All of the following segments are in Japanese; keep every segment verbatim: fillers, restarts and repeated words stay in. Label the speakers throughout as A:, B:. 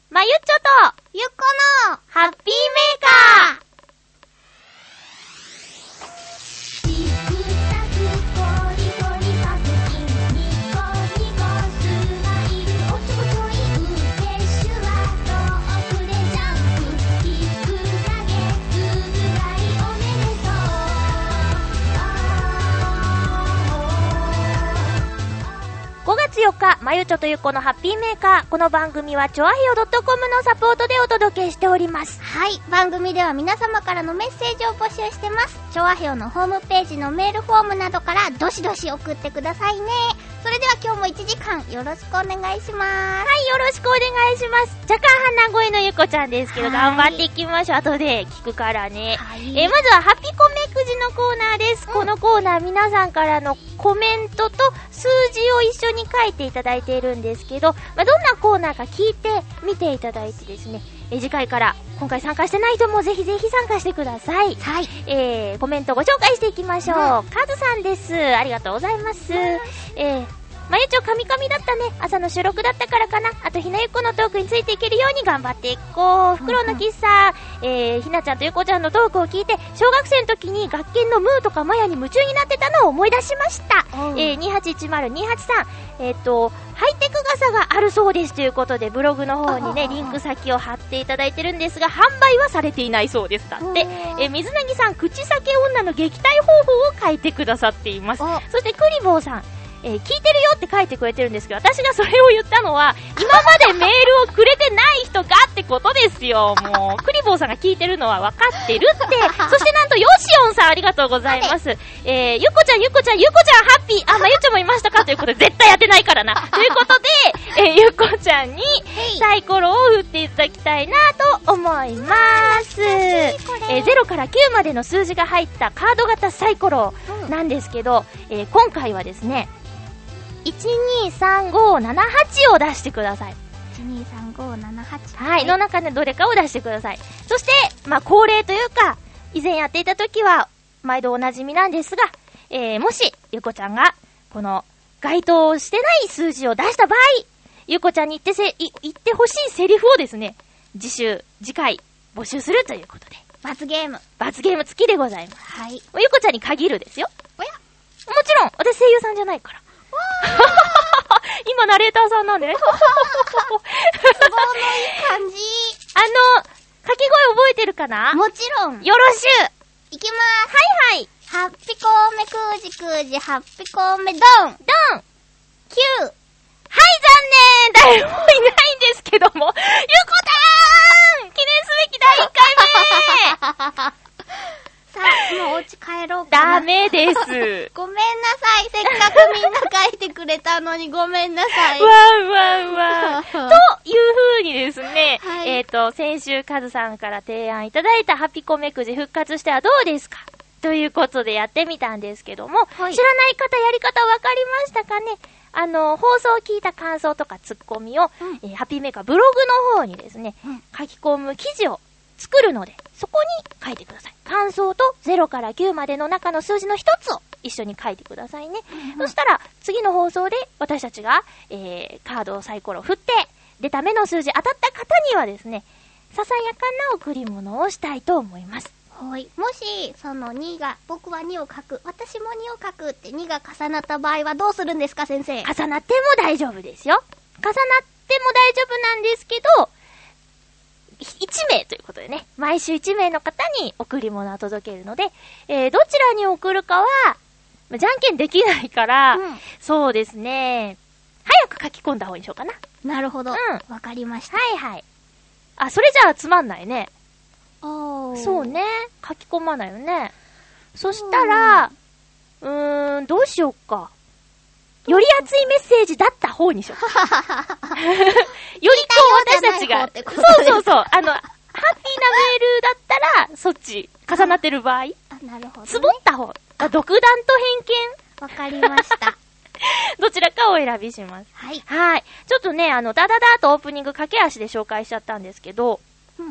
A: まゆっちょと
B: ゆっこの
A: ハッピーメーカー。ごがつよっか、まゆちょとゆっこのハッピーメーカー。この番組はチョアヘヨ .com のサポートでお届けしております。
B: はい、番組では皆様からのメッセージを募集してます。チョアヘヨのホームページのメールフォームなどからどしどし送ってくださいね。それでは今日もいちじかんよろしくお願いします。
A: はい、よろしくお願いします。若干鼻声のゆっこちゃんですけど、頑張っていきましょう。後で聞くからね。はい、えー、まずはハピコメくじのコーナーです。うん、このコーナー皆さんからのコメントと数字を一緒に書いていただいているんですけど、まあ、どんなコーナーか聞いて見ていただいてですね、えー、次回から今回参加してない人もぜひぜひ参加してください。はい。えー、コメントご紹介していきましょう。うん、カズさんです。ありがとうございます。うん、えーまゆちょカミカミだったね。朝の収録だったからかな。あとひなゆっこのトークについていけるように頑張っていこう。袋の喫茶、えー、ひなちゃんとゆっこちゃんのトークを聞いて、小学生の時に学研のムーとかマヤに夢中になってたのを思い出しました。えー、にはちいちまるにはちさん、えっと、ハイテク傘があるそうですということで、ブログの方にね、リンク先を貼っていただいてるんですが、販売はされていないそうです。だって。えー、水なぎさん、口裂け女の撃退方法を書いてくださっています。そしてクリボーさん、えー、聞いてるよって書いてくれてるんですけど、私がそれを言ったのは今までメールをくれてない人かってことですよ。もうクリボーさんが聞いてるのは分かってるって。そしてなんとヨシオンさんありがとうございます。えー、ゆっこちゃんゆっこちゃんゆっこちゃんハッピー、あ、まゆっちょもいましたかということで絶対やってないからなということで、えー、ゆっこちゃんにサイコロを振っていただきたいなと思います。えー、ゼロからきゅうまでの数字が入ったカード型サイコロなんですけど、えー、今回はですねいちにさんごななはちを出してください。
B: いちにさんごななはち、
A: はい、の中でどれかを出してください。そしてまあ恒例というか以前やっていた時は毎度おなじみなんですが、えー、もしゆこちゃんがこの該当してない数字を出した場合、ゆこちゃんに言ってせい言ってほしいセリフをですね、次週次回募集するということで、
B: 罰ゲーム
A: 罰ゲーム付きでございます。
B: はい。
A: ゆこちゃんに限るですよ。
B: おや、
A: もちろん私声優さんじゃないから。今ナレーターさんなんでね。すごい
B: 感じ。
A: あの、掛け声覚えてるかな？
B: もちろん。
A: よろしゅう。
B: いきまーす。
A: はいはい。
B: ハッピコーメくーじくーじ、ハッピコーメドン
A: ドン !
B: きゅう。
A: はい、残念！誰もいないんですけども。ゆこたーん！記念すべきだいいっかいめ
B: さあ、もうお家帰ろうかな。
A: ダメです。
B: ごめんなさい。せっかくみんな書いてくれたのにごめんなさい。
A: わんわんわん。という風にですね、はい、えっと、先週カズさんから提案いただいたハピコメくじ復活してはどうですかということでやってみたんですけども、はい、知らない方やり方わかりましたかね？あの、放送を聞いた感想とかツッコミを、うんえー、ハッピーメーカーブログの方にですね、うん、書き込む記事を作るので、そこに書いてください。感想とゼロからきゅうまでの中の数字の一つを一緒に書いてくださいね。うんうん、そしたら、次の放送で私たちが、えー、カードをサイコロ振って、出た目の数字当たった方にはですね、ささやかな贈り物をしたいと思います。
B: はい。もし、そのにが、僕はにを書く、私もにを書くってにが重なった場合はどうするんですか、先生？
A: 重なっても大丈夫ですよ。重なっても大丈夫なんですけど、いちめいということでね、毎週いちめいの方に贈り物を届けるので、えー、どちらに贈るかは、じゃんけんできないから、うん、そうですね、早く書き込んだ方にしようかな。
B: なるほど。うん。わかりました。
A: はいはい。あ、それじゃあつまんないね。
B: おー。
A: そうね。書き込まないよね。そしたら、うーん、どうしよっか。より熱いメッセージだった方にしよう。よりこう私たちが、そうそうそう、あの、ハッピーなメールだったら、そっち、重なってる場合。あ、
B: なるほど、ね。
A: つぼった方。独断と偏見。
B: わかりました。
A: どちらかをお選びします。
B: はい。
A: はい。ちょっとね、あの、ダダダーとオープニング駆け足で紹介しちゃったんですけど、
B: うんうん。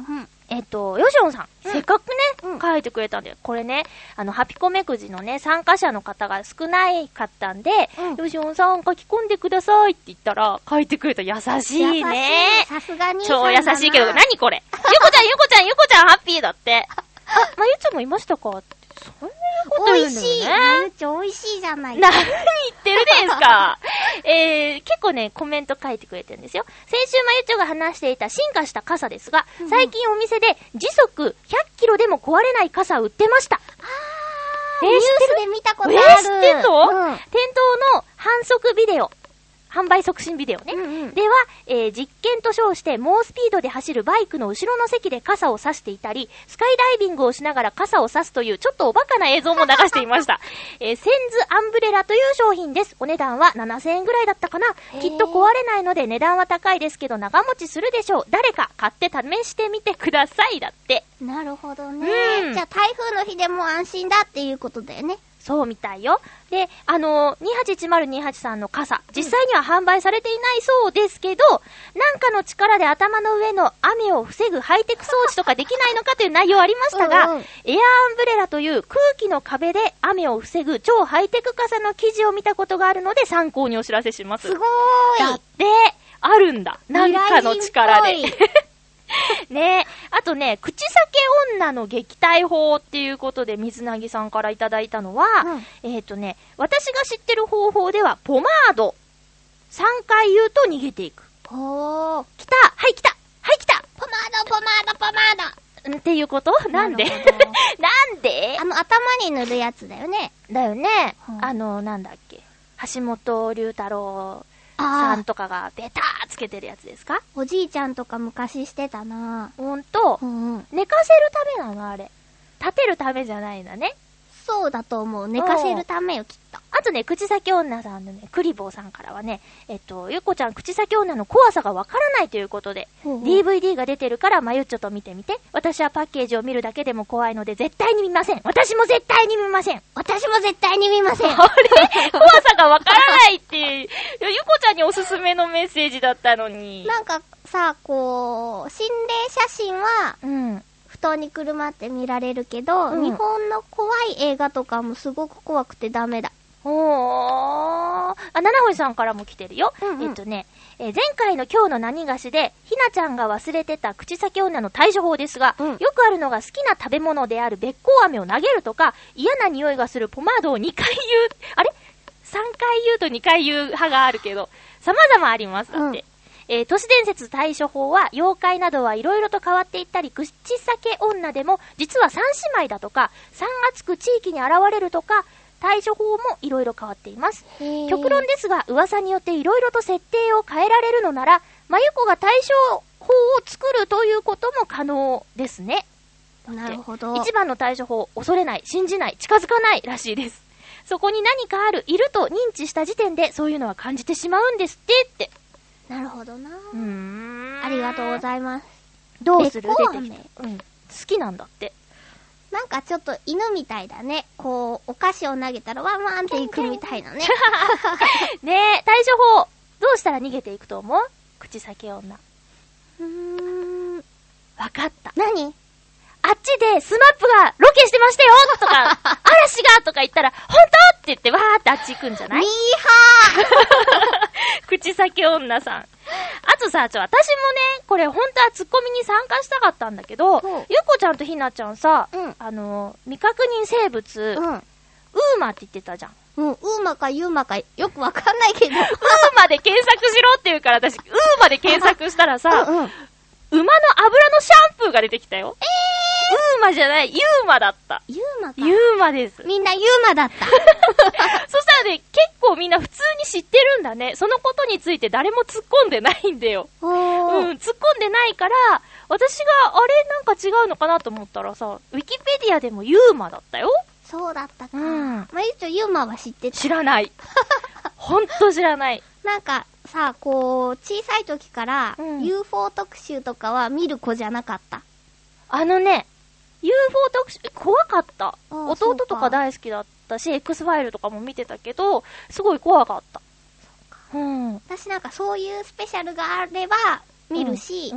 A: えっと、ヨシオンさん、
B: うん、
A: せっかくね、
B: うん、
A: 書いてくれたんで、これね、あの、ハピコメくじのね、参加者の方が少ないかったんで、うん、ヨシオンさん書き込んでくださいって言ったら、書いてくれた。優しいね。
B: さすがに。
A: 超優しいけど、何これゆこちゃん、ゆこちゃん、ゆこちゃん、ハッピーだって。あ、まゆちゃんもいましたかって。そんなこと言うんだよね。美味しい。ま
B: ゆち美味しいじゃない
A: 何言ってるですかえー、結構ね、コメント書いてくれてるんですよ。先週まゆちょが話していた進化した傘ですが、うん、最近お店で時速ひゃっキロでも壊れない傘売ってました。あ
B: ー、えー、ニュースで見たことある。
A: えー、知ってんの、うん、店頭の反則ビデオ。販売促進ビデオね。うんうん、では、えー、実験と称して猛スピードで走るバイクの後ろの席で傘を差していたり、スカイダイビングをしながら傘を差すというちょっとおバカな映像も流していました。えー、センズアンブレラという商品です。お値段はななせんえんぐらいだったかな。きっと壊れないので値段は高いですけど長持ちするでしょう。誰か買って試してみてください。だって。
B: なるほどね。うん、じゃあ台風の日でも安心だっていうことだよね。
A: そうみたいよ。で、あのー、にはちいちまるにはちさんの傘、実際には販売されていないそうですけど、うん、なんかの力で頭の上の雨を防ぐハイテク装置とかできないのかという内容ありましたが、うんうん、エアーアンブレラという空気の壁で雨を防ぐ超ハイテク傘の記事を見たことがあるので参考にお知らせします。
B: すごーい。
A: だって、あるんだ。なんかの力で。ねえ。あとね、口裂け女の撃退法っていうことで水なぎさんからいただいたのは、うん、えっとね、私が知ってる方法では、ポマード。さんかい言うと逃げていく。
B: おー。
A: 来たはい来たはい来た
B: ポマードポマードポマー
A: ドっていうことなんでなんで
B: あの、頭に塗るやつだよね。
A: だよね。うん、あの、なんだっけ。橋本龍太郎。さんとかがベターつけてるやつですか？
B: おじいちゃんとか昔してたな。
A: ほんと、うんうん、寝かせるためなのあれ。立てるためじゃないんだね。
B: そうだと思う。寝かせるためよ、きっと。
A: あとね、口先女さんのね、クリボーさんからはね、えっと、ゆっこちゃん口先女の怖さがわからないということで、ほうほう ディーブイディー が出てるからまゆっちょと見てみて。私はパッケージを見るだけでも怖いので絶対に見ません。私も絶対に見ません。
B: 私も絶対に見ません。
A: あれ怖さがわからないっていう、ゆこちゃんにおすすめのメッセージだったのに。
B: なんかさ、こう、心霊写真は、うん。布団にくるまって見られるけど、うん、日本の怖い映画とかもすごく怖くてダメだ。
A: おー。あ、七星さんからも来てるよ。うんうん、えっとね、えー、前回の今日の何菓子で、ひなちゃんが忘れてた口先女の対処法ですが、うん、よくあるのが好きな食べ物であるべっこう飴を投げるとか、嫌な匂いがするポマードをにかい言う、あれ ?さんかい言うとにかい言う派があるけど、様々あります。だって。うんえー、都市伝説対処法は妖怪などはいろいろと変わっていったり、口裂け女でも実は三姉妹だとか三がつく地域に現れるとか対処法もいろいろ変わっています。極論ですが噂によっていろいろと設定を変えられるのならまゆこが対処法を作るということも可能ですね。
B: なるほど。
A: 一番の対処法、恐れない、信じない、近づかないらしいです。そこに何かある、いると認知した時点でそういうのは感じてしまうんですってって。
B: なるほどな。
A: うーん。
B: ありがとうございます。
A: どうする？出てきた。うん。好きなんだって。
B: なんかちょっと犬みたいだね。こう、お菓子を投げたらワンワンっていくみたいなね。
A: ねえ、対処法。どうしたら逃げていくと思う？口裂け女。
B: うーん。
A: わかった。
B: 何？
A: あっちでスマップがロケしてましたよとか、嵐がとか言ったら、ほんとって言ってわーってあっち行くんじゃない？
B: ミーハ
A: ー口裂け女さん。あとさ、ちょ、私もね、これほんとはツッコミに参加したかったんだけど、ゆっこちゃんとひなちゃんさ、うん、あの、未確認生物、うん、ウーマって言ってたじゃん。
B: うん、ウーマかユーマかよくわかんないけど。ウー
A: マで検索しろって言うから私、ウーマで検索したらさ、うんうん、馬の油のシャンプーが出てきたよ。えー、ウーマじゃない、ユーマだった。
B: ユーマか。
A: ユーマです。
B: みんなユーマだった。
A: そしたらね、結構みんな普通に知ってるんだね。そのことについて誰も突っ込んでないんだよ。うん、突っ込んでないから、私があれなんか違うのかなと思ったらさ、ウィキペディアでもユーマだったよ。
B: そうだったか。うん。まあ、一応ユーマは知ってた。
A: 知らない。ほんと知らない。
B: なんかさ、こう、小さい時から、うん、ユーフォー 特集とかは見る子じゃなかった。
A: あのね、ユーフォー 特集、怖かった。弟とか大好きだったし、X ファイルとかも見てたけど、すごい怖かった。
B: そうか。うん。私なんかそういうスペシャルがあれば見るし、うんうん、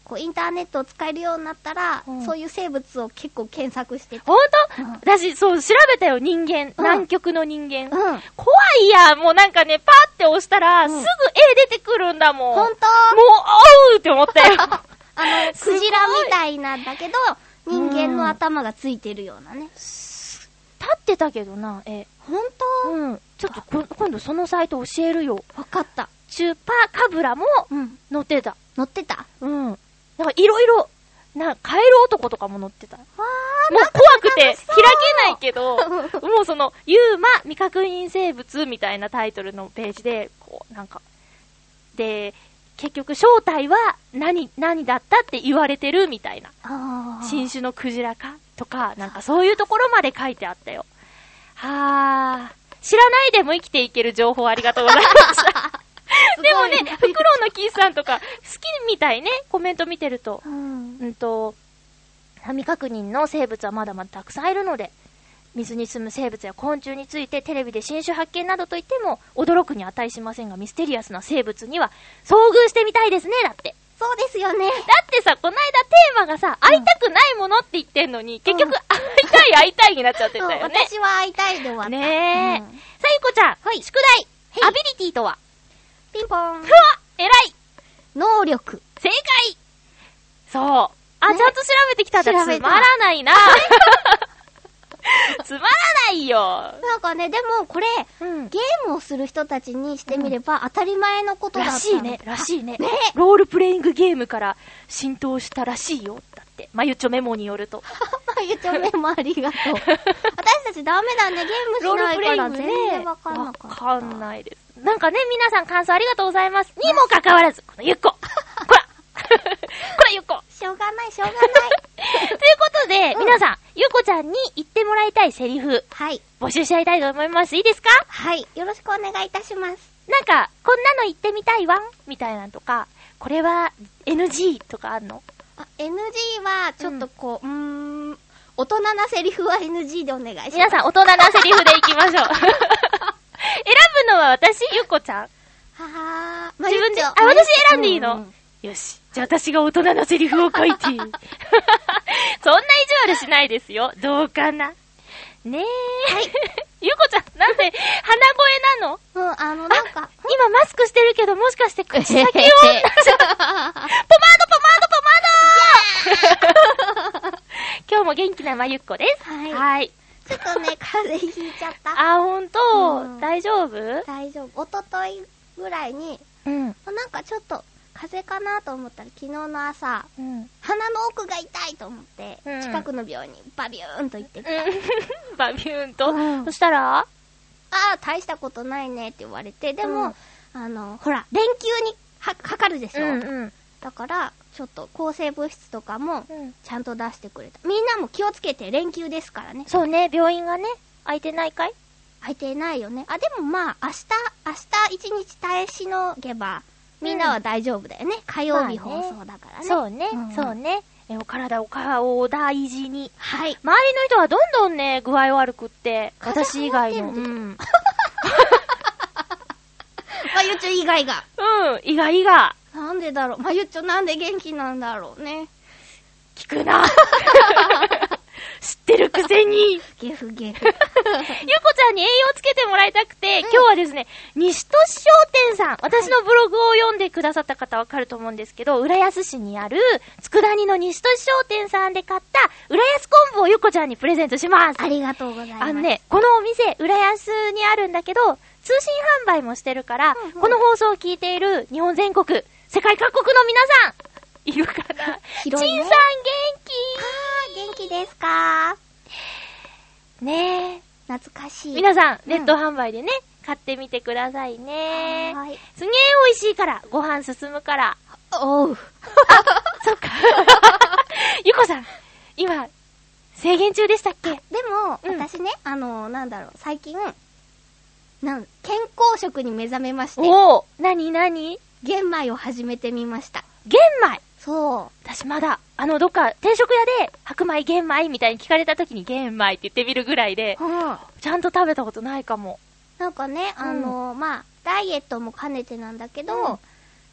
B: こうインターネットを使えるようになったら、うん、そういう生物を結構検索してた。
A: ほんと、うん、私そう調べたよ、人間、うん、南極の人間、うん、怖いや。もうなんかねパーって押したら、うん、すぐ絵出てくるんだもん。
B: ほんと、
A: もうおうって思ったよ。あ
B: のクジラみたいなんだけど人間の頭がついてるようなね、うん、
A: 立ってたけどな、え
B: ほんと、
A: うん、ちょっとこ今度そのサイト教えるよ。
B: わかった。
A: チュパカブラも載ってた、
B: うん、載ってた。
A: うん。なんかいろいろ、な、カエル男とかも載ってた。もう怖くて開けないけど、もうその、ユーマ未確認生物みたいなタイトルのページで、こう、なんか、で、結局正体は何、何だったって言われてるみたいな。新種のクジラかとか、なんかそういうところまで書いてあったよ。はー。知らないでも生きていける情報ありがとうございました。でもね、フクロウのキーさんとか好きみたいね、コメント見てると。うん、うんと、未確認の生物はまだまだたくさんいるので、水に住む生物や昆虫についてテレビで新種発見などと言っても驚くに値しませんが、ミステリアスな生物には遭遇してみたいですね、だって。
B: そうですよね。だ
A: ってさ、この間テーマがさ、会いたくないものって言ってんのに、うん、結局、会いたい会いたいになっちゃってたよね。
B: 私は会いたいで終わった。
A: ねえ。うん、さあ、ゆこちゃん、はい、宿題、アビリティとは
B: ピンポーン。
A: ふわ偉い
B: 能力。
A: 正解。そう。あ、ね、ちゃんと調べてきたんだ。つまらないな。つまらないよ。
B: なんかね、でもこれ、うん、ゲームをする人たちにしてみれば、うん、当たり前のことだった。
A: らしいね、らしいね。ね、ロールプレイングゲームから浸透したらしいよ。だって、まゆちょメモによると。
B: まゆちょメモありがとう。私たちダメだね、ゲームしないから全然わかんなかった。
A: わかんないです。なんかね、皆さん感想ありがとうございます。にもかかわらず、このゆっこ。こらこらゆっこ。
B: しょうがない、しょうがない。
A: ということで、うん、皆さん、ゆっこちゃんに言ってもらいたいセリフ。
B: はい。
A: 募集しちゃいたいと思います。いいですか？
B: はい。よろしくお願いいたします。
A: なんか、こんなの言ってみたいわんみたいなのとか、これは エヌジー とかあんの？
B: あ、エヌジー は、ちょっとこう、うん、うーん、大人なセリフは エヌジー でお願いします。
A: 皆さん、大人なセリフでいきましょう。選ぶのは私、ゆっこちゃん。は
B: は
A: ー。自分で、あ、私選んでいいの？うん、よし。じゃあ私が大人なセリフを書いて。そんな意地悪しないですよ。どうかな。ねえ。はい。ゆこちゃん、なんで、鼻声なの？
B: うん、あの、なんか。
A: 今マスクしてるけど、もしかして口先を。ポマード、ポマード、ポマード今日も元気なまゆっこです。
B: はい。
A: はい。
B: ちょっとね、風邪ひいちゃった。
A: あ、ほんと、うん、大丈夫？
B: 大丈夫。おとといぐらいに、うん。なんかちょっと、風邪かなと思ったら昨日の朝、うん、鼻の奥が痛いと思って、うん、近くの病院にバビューンと行ってきた。うん、
A: バビューンと、うん、そしたら、
B: ああ、大したことないねって言われて、でも、うん、あの、ほら、連休にはかかるでしょ、うんうん、だから、ちょっと抗生物質とかも、ちゃんと出してくれた。みんなも気をつけて、連休ですからね。
A: そうね、病院がね、空いてないかい？
B: 空いてないよね。あ、でもまあ、明日、明日一日耐えしのげば、みんなは大丈夫だよね。うん、火曜日放送だからね。
A: そうね、うん、そうね。え、お体、お顔を大事に。
B: はい。
A: 周りの人はどんどんね、具合悪くって、私以外の。うん。
B: まゆちょ以外が。
A: うん、以外が。
B: なんでだろう。まゆちょなんで元気なんだろうね。
A: 聞くな。知ってるくせに。
B: ゲフゲフ。
A: ゆうこちゃんに栄養つけてもらいたくて、うん、今日はですね、西都市商店さん、私のブログを読んでくださった方わかると思うんですけど、浦安市にある、佃煮の西都市商店さんで買った浦安昆布をゆうこちゃんにプレゼントします。
B: ありがとうございます。
A: あのね、このお店、浦安にあるんだけど、通信販売もしてるから、うんうん、この放送を聞いている日本全国、世界各国の皆さん、いるかな？
B: 広いね。
A: ちんさん元気？
B: あー、元気ですか？
A: ねえ。
B: 懐かしい。
A: 皆さん、ネット販売でね、うん、買ってみてくださいね。
B: はい。
A: すげえ美味しいから、ご飯進むから。
B: おう。
A: あ、そっか。ゆこさん、今、制限中でしたっけ？
B: でも、うん、私ね、あの、なんだろう、最近、なん、健康食に目覚めまして。
A: おー、なになに？
B: 玄米を始めてみました。
A: 玄米？
B: そう。
A: 私まだ、あの、どっか、定食屋で、白米玄米みたいに聞かれた時に玄米って言ってみるぐらいで、うん、ちゃんと食べたことないかも。
B: なんかね、あの、うん、まあ、ダイエットも兼ねてなんだけど、うん、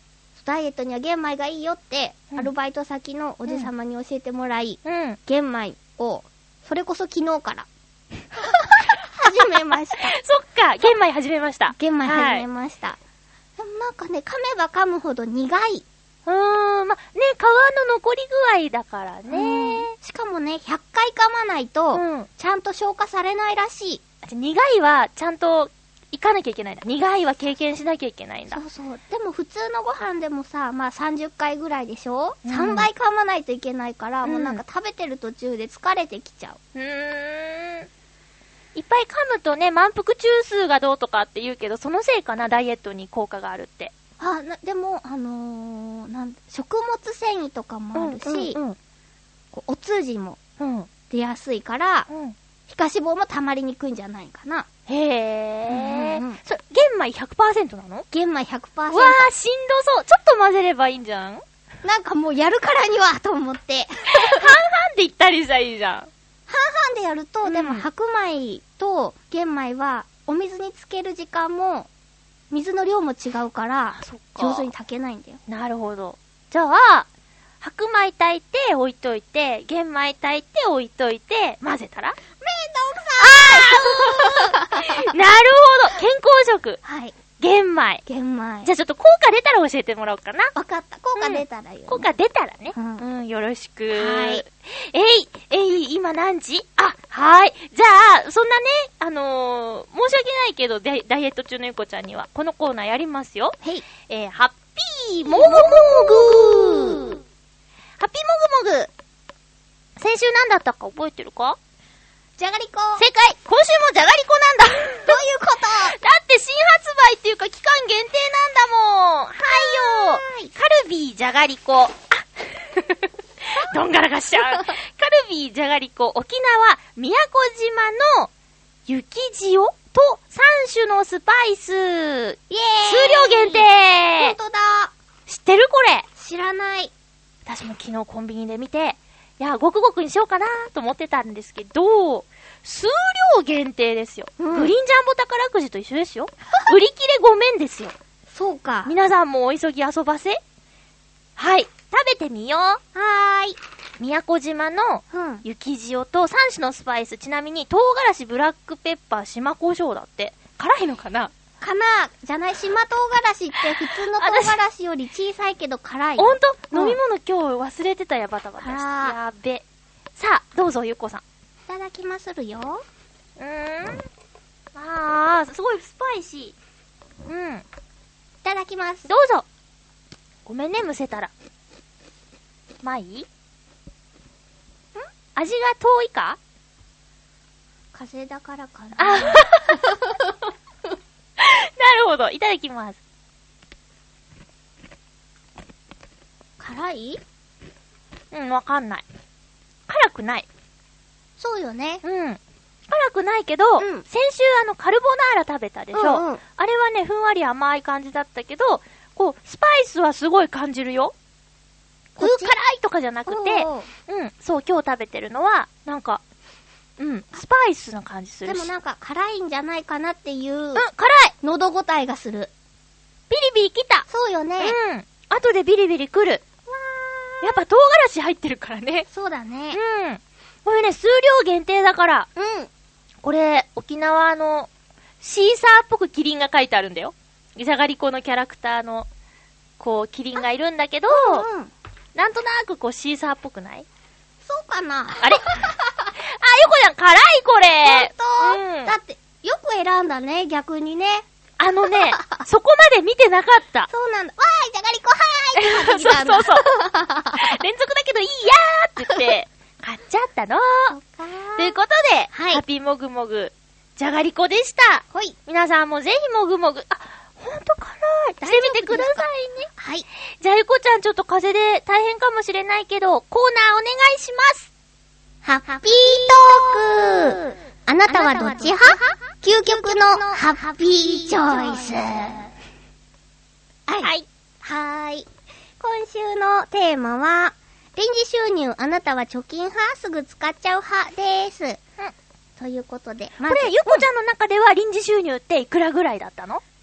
B: ダイエットには玄米がいいよって、うん、アルバイト先のおじさまに教えてもらい、うん、玄米を、それこそ昨日から、始めました。
A: そっか、玄米始めました。
B: 玄米始めました。はい、でもなんかね、噛めば噛むほど苦い。
A: うーん、ま、ね、皮の残り具合だからね。
B: しかもね、ひゃっかい噛まないと、うん、ちゃんと消化されないらしい。
A: 苦いは、ちゃんと、行かなきゃいけないんだ。苦いは経験しなきゃいけないんだ。
B: そうそう。でも普通のご飯でもさ、まあさんじゅっかいぐらいでしょ、うん、さんばい噛まないといけないから、うん、もうなんか食べてる途中で疲れてきちゃう。う
A: ーん。いっぱい噛むとね、満腹中枢がどうとかって言うけど、そのせいかな、ダイエットに効果があるって。
B: あ、なでも、あのー、なん食物繊維とかもあるし、うんうんうん、こうお通じも出やすいから、うん、皮下脂肪も溜まりにくいんじゃないかな。
A: へー。うんうん、それ、玄米 ひゃくパーセント なの？
B: 玄米 ひゃくパーセント。
A: わー、しんどそう。ちょっと混ぜればいいんじゃん？
B: なんかもうやるからにはと思って。半々
A: でいったりしたらいいじゃん。半
B: 々でやると、うん、でも白米と玄米はお水につける時間も水の量も違うから上手に炊けないんだよ。
A: なるほど。じゃあ白米炊いて置いといて、玄米炊いて置いといて混ぜたら、めんどくさい。あーなるほど、健康食。はい。玄米。
B: 玄米。
A: じゃあちょっと効果出たら教えてもらおうかな。
B: わかった。効果出たらいいよ、ね、
A: 効果出たらね。うん、うん、よろしく。はい。えい、えい、今何時？あ、はい。じゃあ、そんなね、あのー、申し訳ないけど、ダイエット中のゆこちゃんには、このコーナーやりますよ。はい。えー、ハッピーもぐもぐハッピーもぐもぐ。先週何だったか覚えてるか？
B: じゃがりこ。
A: 正解。今週もじゃがりこなんだ。どういう
B: こと
A: だって新発売っていうか期間限定なんだもん。はいよ。カルビーじゃがりこ。あどんがらがしちゃう。カルビーじゃがりこ沖縄宮古島の雪塩とさん種のスパイス。イエーイ。数量限定。
B: ほんとだ。
A: 知ってるこれ？
B: 知らない。
A: 私も昨日コンビニで見て、いや、ごくごくにしようかなと思ってたんですけど、数量限定ですよ。うん、グリーンジャンボ宝くじと一緒ですよ。売り切れごめんですよ。
B: そうか。
A: 皆さんもお急ぎ遊ばせ。はい。食べてみよう。はーい。宮古島の雪塩とさん種のスパイス、ちなみに唐辛子、ブラックペッパー、島胡椒だって。辛いのかな
B: かなじゃない、島唐辛子って普通の唐辛子より小さいけど辛い。
A: ほんと、うん、飲み物今日忘れてたやバタバタして。やべ。さあ、どうぞゆっこさん。
B: いただきまするよ。
A: うーん。あー、すごいスパイシー。うん。い
B: ただきます。
A: どうぞ。ごめんね、むせたら。まあいい？ん？味が遠いか？
B: 風邪だからかな。
A: あなるほど。いただきます。
B: 辛い？
A: うん、わかんない。辛くない。
B: そうよね。
A: うん。辛くないけど、うん、先週あのカルボナーラ食べたでしょ、うんうん、あれはね、ふんわり甘い感じだったけど、こう、スパイスはすごい感じるよ。こっち辛いとかじゃなくて、うん、そう、今日食べてるのは、なんか、うん、スパイスな感じするし。
B: でもなんか辛いんじゃないかなっていう。うん、
A: 辛い
B: 喉ごたえがする。
A: ビリビリきた。
B: そうよね。
A: うん。後でビリビリ来る。わー。やっぱ唐辛子入ってるからね。
B: そうだね。
A: うん。これね、数量限定だから。うん。これ、沖縄のシーサーっぽくキリンが書いてあるんだよ。じゃがりこのキャラクターの、こう、キリンがいるんだけど、うんうん、なんとなくこう、シーサーっぽくない？
B: そうかな。
A: あれあ、よこちゃん、辛いこれ。
B: ほんと、うん、だって、よく選んだね、逆にね。
A: あのね、そこまで見てなかった。
B: そうなんだ。わーい、じゃがりこはーいって
A: そうそうそう。連続だけどいいやーって言って、買っちゃったの。ということで、はい、ハピもぐもぐ、じゃがりこでした。はい。皆さんもぜひもぐもぐ、あ、ほんと辛い。してみてくださいね。はい。じゃあゆこちゃんちょっと風邪で大変かもしれないけど、コーナーお願いします。
B: ハッピートーク。あなたはどっち派？究極のハッピーチョイス。はい。はい。はーい。今週のテーマは、臨時収入、あなたは貯金派？すぐ使っちゃう派です。うん。ということで、
A: まずこれ、ゆこちゃんの中では臨時収入っていくらぐらいだったの？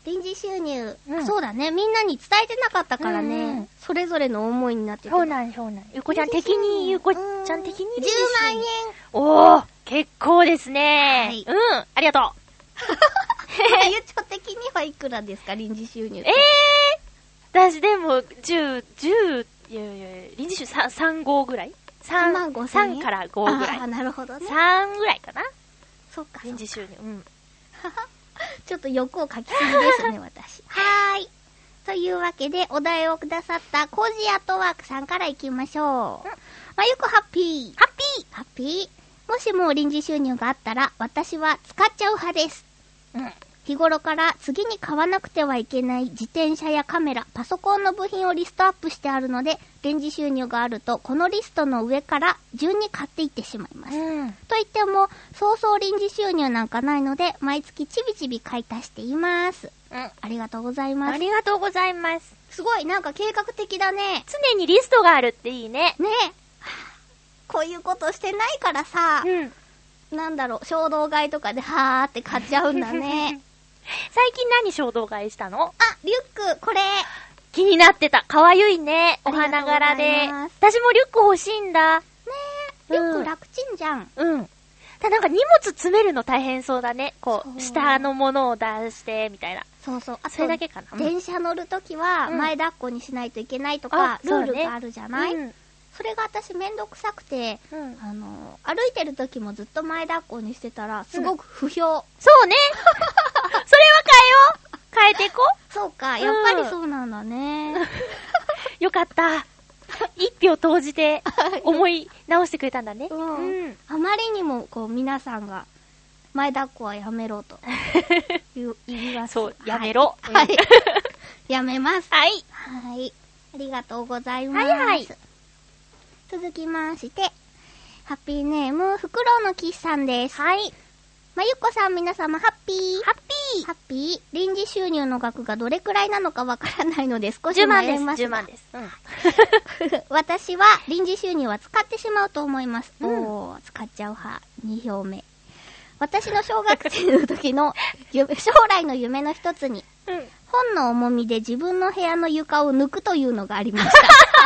B: 臨時収入、うん、そうだね。みんなに伝えてなかったからね。うんうん、それぞれの思いになってて。
A: そうなん、そうなん。ゆうこちゃん的に、ゆうこちゃん的に
B: じゅうまんえん。
A: おー、結構ですね。はい。うん、ありがとう。
B: ゆうちょ的にはいくらですか、臨時収入って。
A: えー、私でも、じゅう、じゅう、いやいやいや、臨時収入さん、ごぐらい ?さん 万ごせんえんからごぐらい。
B: ああ、なるほどね。
A: さんぐらいかな。
B: そっか。
A: 臨時収入。うん。
B: ちょっと欲をかきすぎですね、私。はーい。というわけで、お題をくださったコージーアットワークさんから行きましょう。うん、まゆこハッピー。ハッピーハッピー。もしも臨時収入があったら、私は使っちゃう派です。うん。日頃から次に買わなくてはいけない自転車やカメラ、パソコンの部品をリストアップしてあるので、臨時収入があるとこのリストの上から順に買っていってしまいます。うん、といっても、そうそう臨時収入なんかないので、毎月ちびちび買い足しています。うん。ありがとうございます。
A: ありがとうございます。
B: すごい、なんか計画的だね。
A: 常にリストがあるっていいね。
B: ねえ。こういうことしてないからさ、うん、なんだろう、衝動買いとかではーって買っちゃうんだね。
A: 最近何衝動買いしたの？
B: あ、リュック、これ。
A: 気になってた。かわゆいね。お花柄で。私もリュック欲しいんだ。ね
B: え、リュック楽ちんじゃん。
A: うん。ただなんか荷物詰めるの大変そうだね。こう、下のものを出して、みたいな。
B: そうそう。
A: あと、それだけかな。
B: 電車乗るときは、前抱っこにしないといけないとか、ルールがあるじゃない？それが私めんどくさくて、うん、あの、歩いてる時もずっと前抱っこにしてたら、すごく不評。うん、
A: そうねそれは変えよう変えてこ
B: そうか、やっぱりそうなんだね。
A: よかった。一票投じて思い直してくれたんだね。うん。
B: うん、あまりにも、こう、皆さんが、前抱っこはやめろと言います。
A: そう、やめろ。
B: はい。はい、やめます。
A: はい。
B: はい。ありがとうございます。
A: はいはい。
B: 続きまして、ハッピーネーム、フクロウのキスさんです。
A: はい。
B: まゆっこさん皆様、ハッピー。
A: ハッピー。
B: ハッピー。臨時収入の額がどれくらいなのかわからないので少し迷います。
A: じゅうまんです。じゅうまん
B: です。うん、私は臨時収入は使ってしまうと思います。うん、おー、使っちゃう派。に票目。私の小学生の時の夢将来の夢の一つに、うん、本の重みで自分の部屋の床を抜くというのがありました。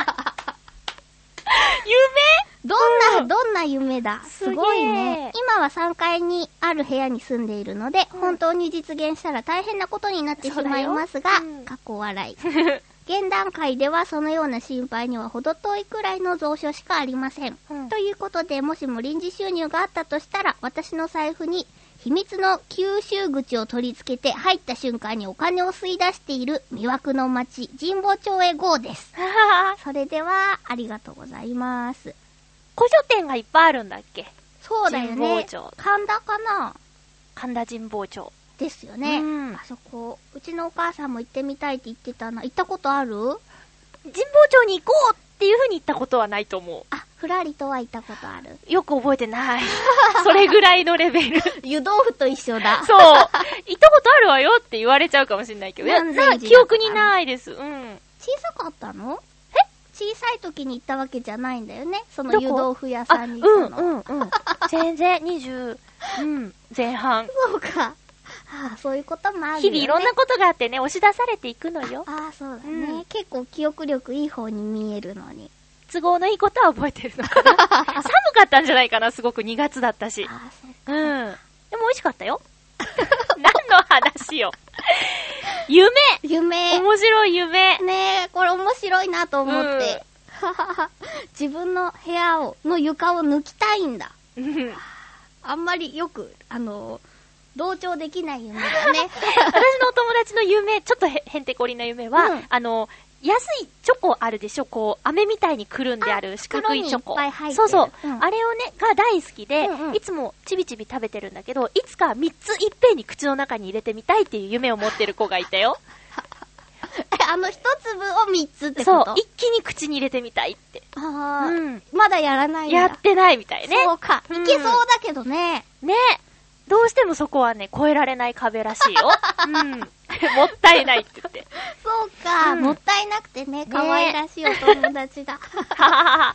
A: 夢？
B: どんな、うん、どんな夢だ。すごいね。今はさんがいにある部屋に住んでいるので、うん、本当に実現したら大変なことになってしまいますが、うん、かっこ笑い。現段階ではそのような心配には程遠いくらいの蔵書しかありません。うん、ということで、もしも臨時収入があったとしたら、私の財布に秘密の吸収口を取り付けて入った瞬間にお金を吸い出している魅惑の町、神保町へ ゴー です。それでは、ありがとうございます。
A: 古書店がいっぱいあるんだっけ？
B: そうだよね。神保町。神田かな？
A: 神田神保町。
B: ですよね、うん。あそこ、うちのお母さんも行ってみたいって言ってたな。行ったことある？神保
A: 町に行こうっていう風に言ったことはないと思う。
B: あ、ふらりとは行ったことある。
A: よく覚えてない。それぐらいのレベル。
B: 湯豆腐と一緒だ。
A: そう。行ったことあるわよって言われちゃうかもしれないけど。いや、記憶にないです。うん。
B: 小さかったの？え？小さい時に行ったわけじゃないんだよね。その湯豆腐屋さんに行ったの。うんうんうん。全
A: 然にじゅう、うん、前半。
B: そうか。はあ、そういうこともあるよね。
A: 日々いろんなことがあってね、押し出されていくのよ。
B: ああ、そうだね、うん。結構記憶力いい方に見えるのに。
A: 都合のいいことは覚えてるのかな。寒かったんじゃないかな、すごくにがつだったし。
B: ああ、そうか。
A: うん。でも美味しかったよ。何の話よ。夢
B: 夢
A: 面白い夢
B: ねえ、これ面白いなと思って。うん、自分の部屋を、の床を抜きたいんだ。あんまりよく、あの、同調できない夢だね。
A: 私のお友達の夢、ちょっとへへんてこりな夢は、うん、あの、安いチョコあるでしょ、こう、飴みたいにくるんである四角いチョコ。そうそう、うん。あれをね、が大好きで、うんうん、いつもちびちび食べてるんだけど、いつかみっついっぺんに口の中に入れてみたいっていう夢を持ってる子がいたよ。
B: あの一粒をみっつってこと？
A: そう、一気に口に入れてみたいって。
B: ああ、うん、まだやらないんだ。
A: やってないみたいね。
B: そうか。いけそうだけどね。
A: ね。どうしてもそこはね、越えられない壁らしいよ。うん。もったいないって言って。
B: そうか、うん、もったいなくてね、可愛らしいお友達だ。はい、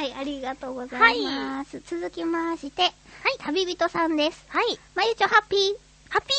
B: ありがとうございます。はい、続きまして、はい、旅人さんです。
A: はい。
B: まゆちょハッピー。
A: ハッピー。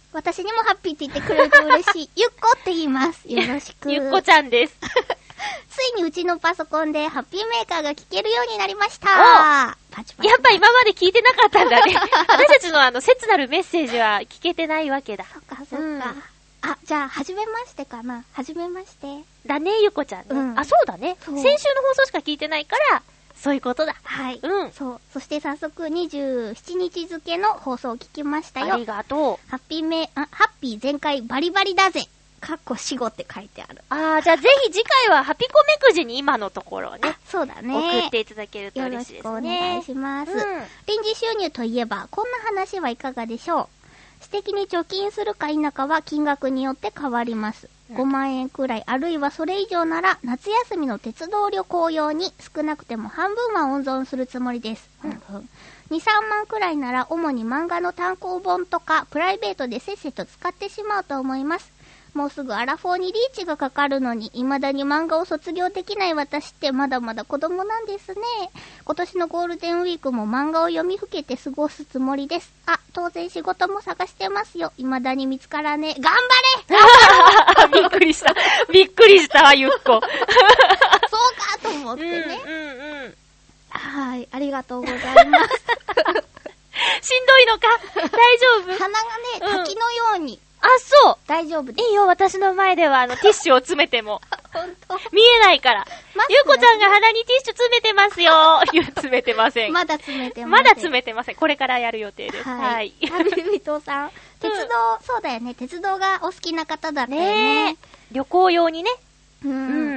B: 私にもハッピーって言ってくれると嬉しい。ゆっこって言います。よろしく。
A: ゆっこちゃんです。
B: ついにうちのパソコンでハッピーメーカーが聞けるようになりました。パチパチパチ。
A: やっぱ今まで聞いてなかったんだね。私たちのあの、切なるメッセージは聞けてないわけだ。
B: そっかそっか。うん、あ、じゃあ、はじめましてかな。はじめまして。
A: だね、ゆっこちゃんね。うん、あ、そうだね。先週の放送しか聞いてないから、そういうことだ。
B: はい。
A: うん。
B: そう。そして早速にじゅうしちにち付の放送を聞きましたよ。
A: ありがとう。
B: ハッピーメ、あ、ハッピー全開バリバリだぜ。かっこ死後って書いてある。
A: あー、じゃあぜひ次回はハピコメくじに今のところをね。
B: そうだね。
A: 送っていただけると嬉しいですね。よろしくお
B: 願いします。うん、臨時収入といえば、こんな話はいかがでしょう。私的に貯金するか否かは金額によって変わります。ごまんえんくらい、あるいはそれ以上なら夏休みの鉄道旅行用に少なくても半分は温存するつもりです。うん、に、さんまんくらいなら主に漫画の単行本とかプライベートでせっせと使ってしまうと思います。もうすぐアラフォーにリーチがかかるのに未だに漫画を卒業できない私ってまだまだ子供なんですね。今年のゴールデンウィークも漫画を読みふけて過ごすつもりです。あ、当然仕事も探してますよ。未だに見つからね。頑張
A: れびっくりした。びっくりした、ゆっこ。そうか
B: と思ってね。
A: うんうんうん。
B: はい、ありがとうございます。
A: しんどいのか大丈夫
B: 鼻がね、滝のように。うん、
A: あ、そう
B: 大丈夫です。
A: いいよ、私の前ではあの、ティッシュを詰めても。
B: ほんと
A: 見えないから。ゆうこちゃんが鼻にティッシュ詰めてますよ。いや、詰めてません。
B: まだ詰めてません。
A: まだ詰めてません。これからやる予定です。はい。
B: はい。旅人さん。鉄道、うん、そうだよね。鉄道がお好きな方だったよね。ね、
A: 旅行用にね。
B: うん。うん、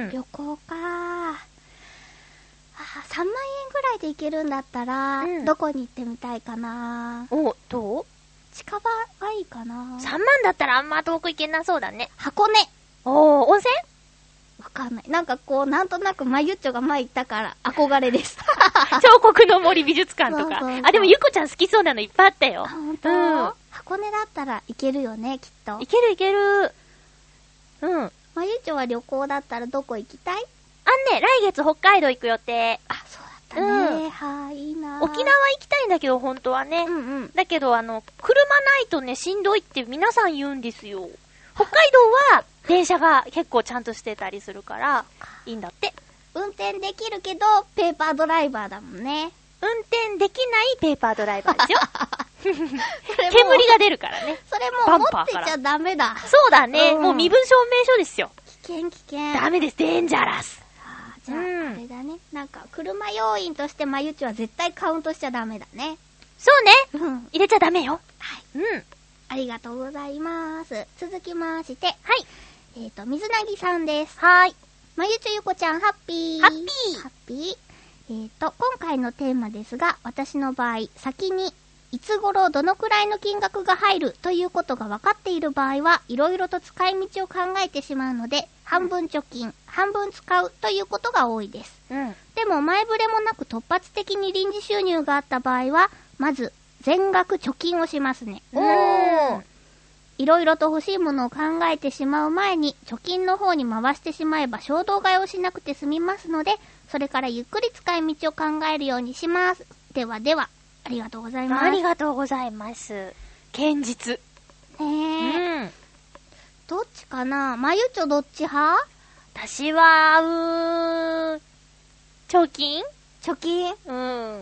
B: 旅行かー。さんまんえんぐらいで行けるんだったら、うん、どこに行ってみたいかな。
A: お、どう？
B: 近場がいいかな。
A: さんまんだったらあんま遠く行けなそうだね。
B: 箱根。
A: おー、温泉？
B: わかんない。なんかこう、なんとなくまゆっちょが前行ったから憧れです。
A: 彫刻の森美術館とか。そうそうそう、あ、でもゆこちゃん好きそうなのいっぱいあったよ。
B: ほんと？うん。箱根だったら行けるよね、きっと。
A: 行ける行ける。うん。
B: まゆっちょは旅行だったらどこ行きたい？
A: あんね、来月北海道行く予定。
B: あ、そうだったね。うん、はぁ、いいなぁ。
A: 沖縄行きたいんだけど、本当はね。うんうん。だけど、あの、車ないとね、しんどいって皆さん言うんですよ。北海道は、電車が結構ちゃんとしてたりするから、いいんだって。
B: 運転できるけど、ペーパードライバーだもんね。
A: 運転できないペーパードライバーですよ。煙が出るからね。
B: それも持ってちゃダメだ。
A: そうだね、うん。もう身分証明書ですよ。
B: 危険危険。
A: ダメです。デンジャラス。
B: あ、じゃあ、うん、あれだね。なんか、車要員としてまゆちは絶対カウントしちゃダメだね。
A: そうね。
B: うん。
A: 入れちゃダメよ。
B: はい。
A: うん。
B: ありがとうございます。続きまして。はい。えっと、水なぎさんです。
A: はーい。
B: まゆちょゆこちゃん、ハッピー。
A: ハッピー。
B: ハッピー。えっと、今回のテーマですが、私の場合、先に、いつ頃どのくらいの金額が入るということが分かっている場合は、いろいろと使い道を考えてしまうので、半分貯金、うん、半分使うということが多いです。うん。でも、前触れもなく突発的に臨時収入があった場合は、まず、全額貯金をしますね。
A: おー。
B: いろいろと欲しいものを考えてしまう前に、貯金の方に回してしまえば衝動買いをしなくて済みますので、それからゆっくり使い道を考えるようにします。ではでは、ありがとうございます。
A: ありがとうございます。堅実。
B: ねえ。うん。どっちかな？まゆちょどっち派？
A: 私は、うーん、貯金？
B: 貯金？
A: うん。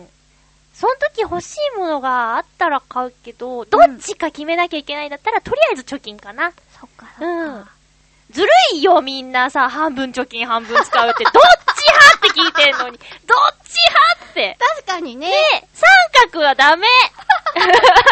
A: その時欲しいものがあったら買うけど、どっちか決めなきゃいけないんだったら、とりあえず貯金かな。
B: そっかそっか。うん。
A: ずるいよ、みんなさ、半分貯金半分使うって。どっち派って聞いてんのに。どっち派って。
B: 確かにね。
A: ねえ、三角はダメ。どっ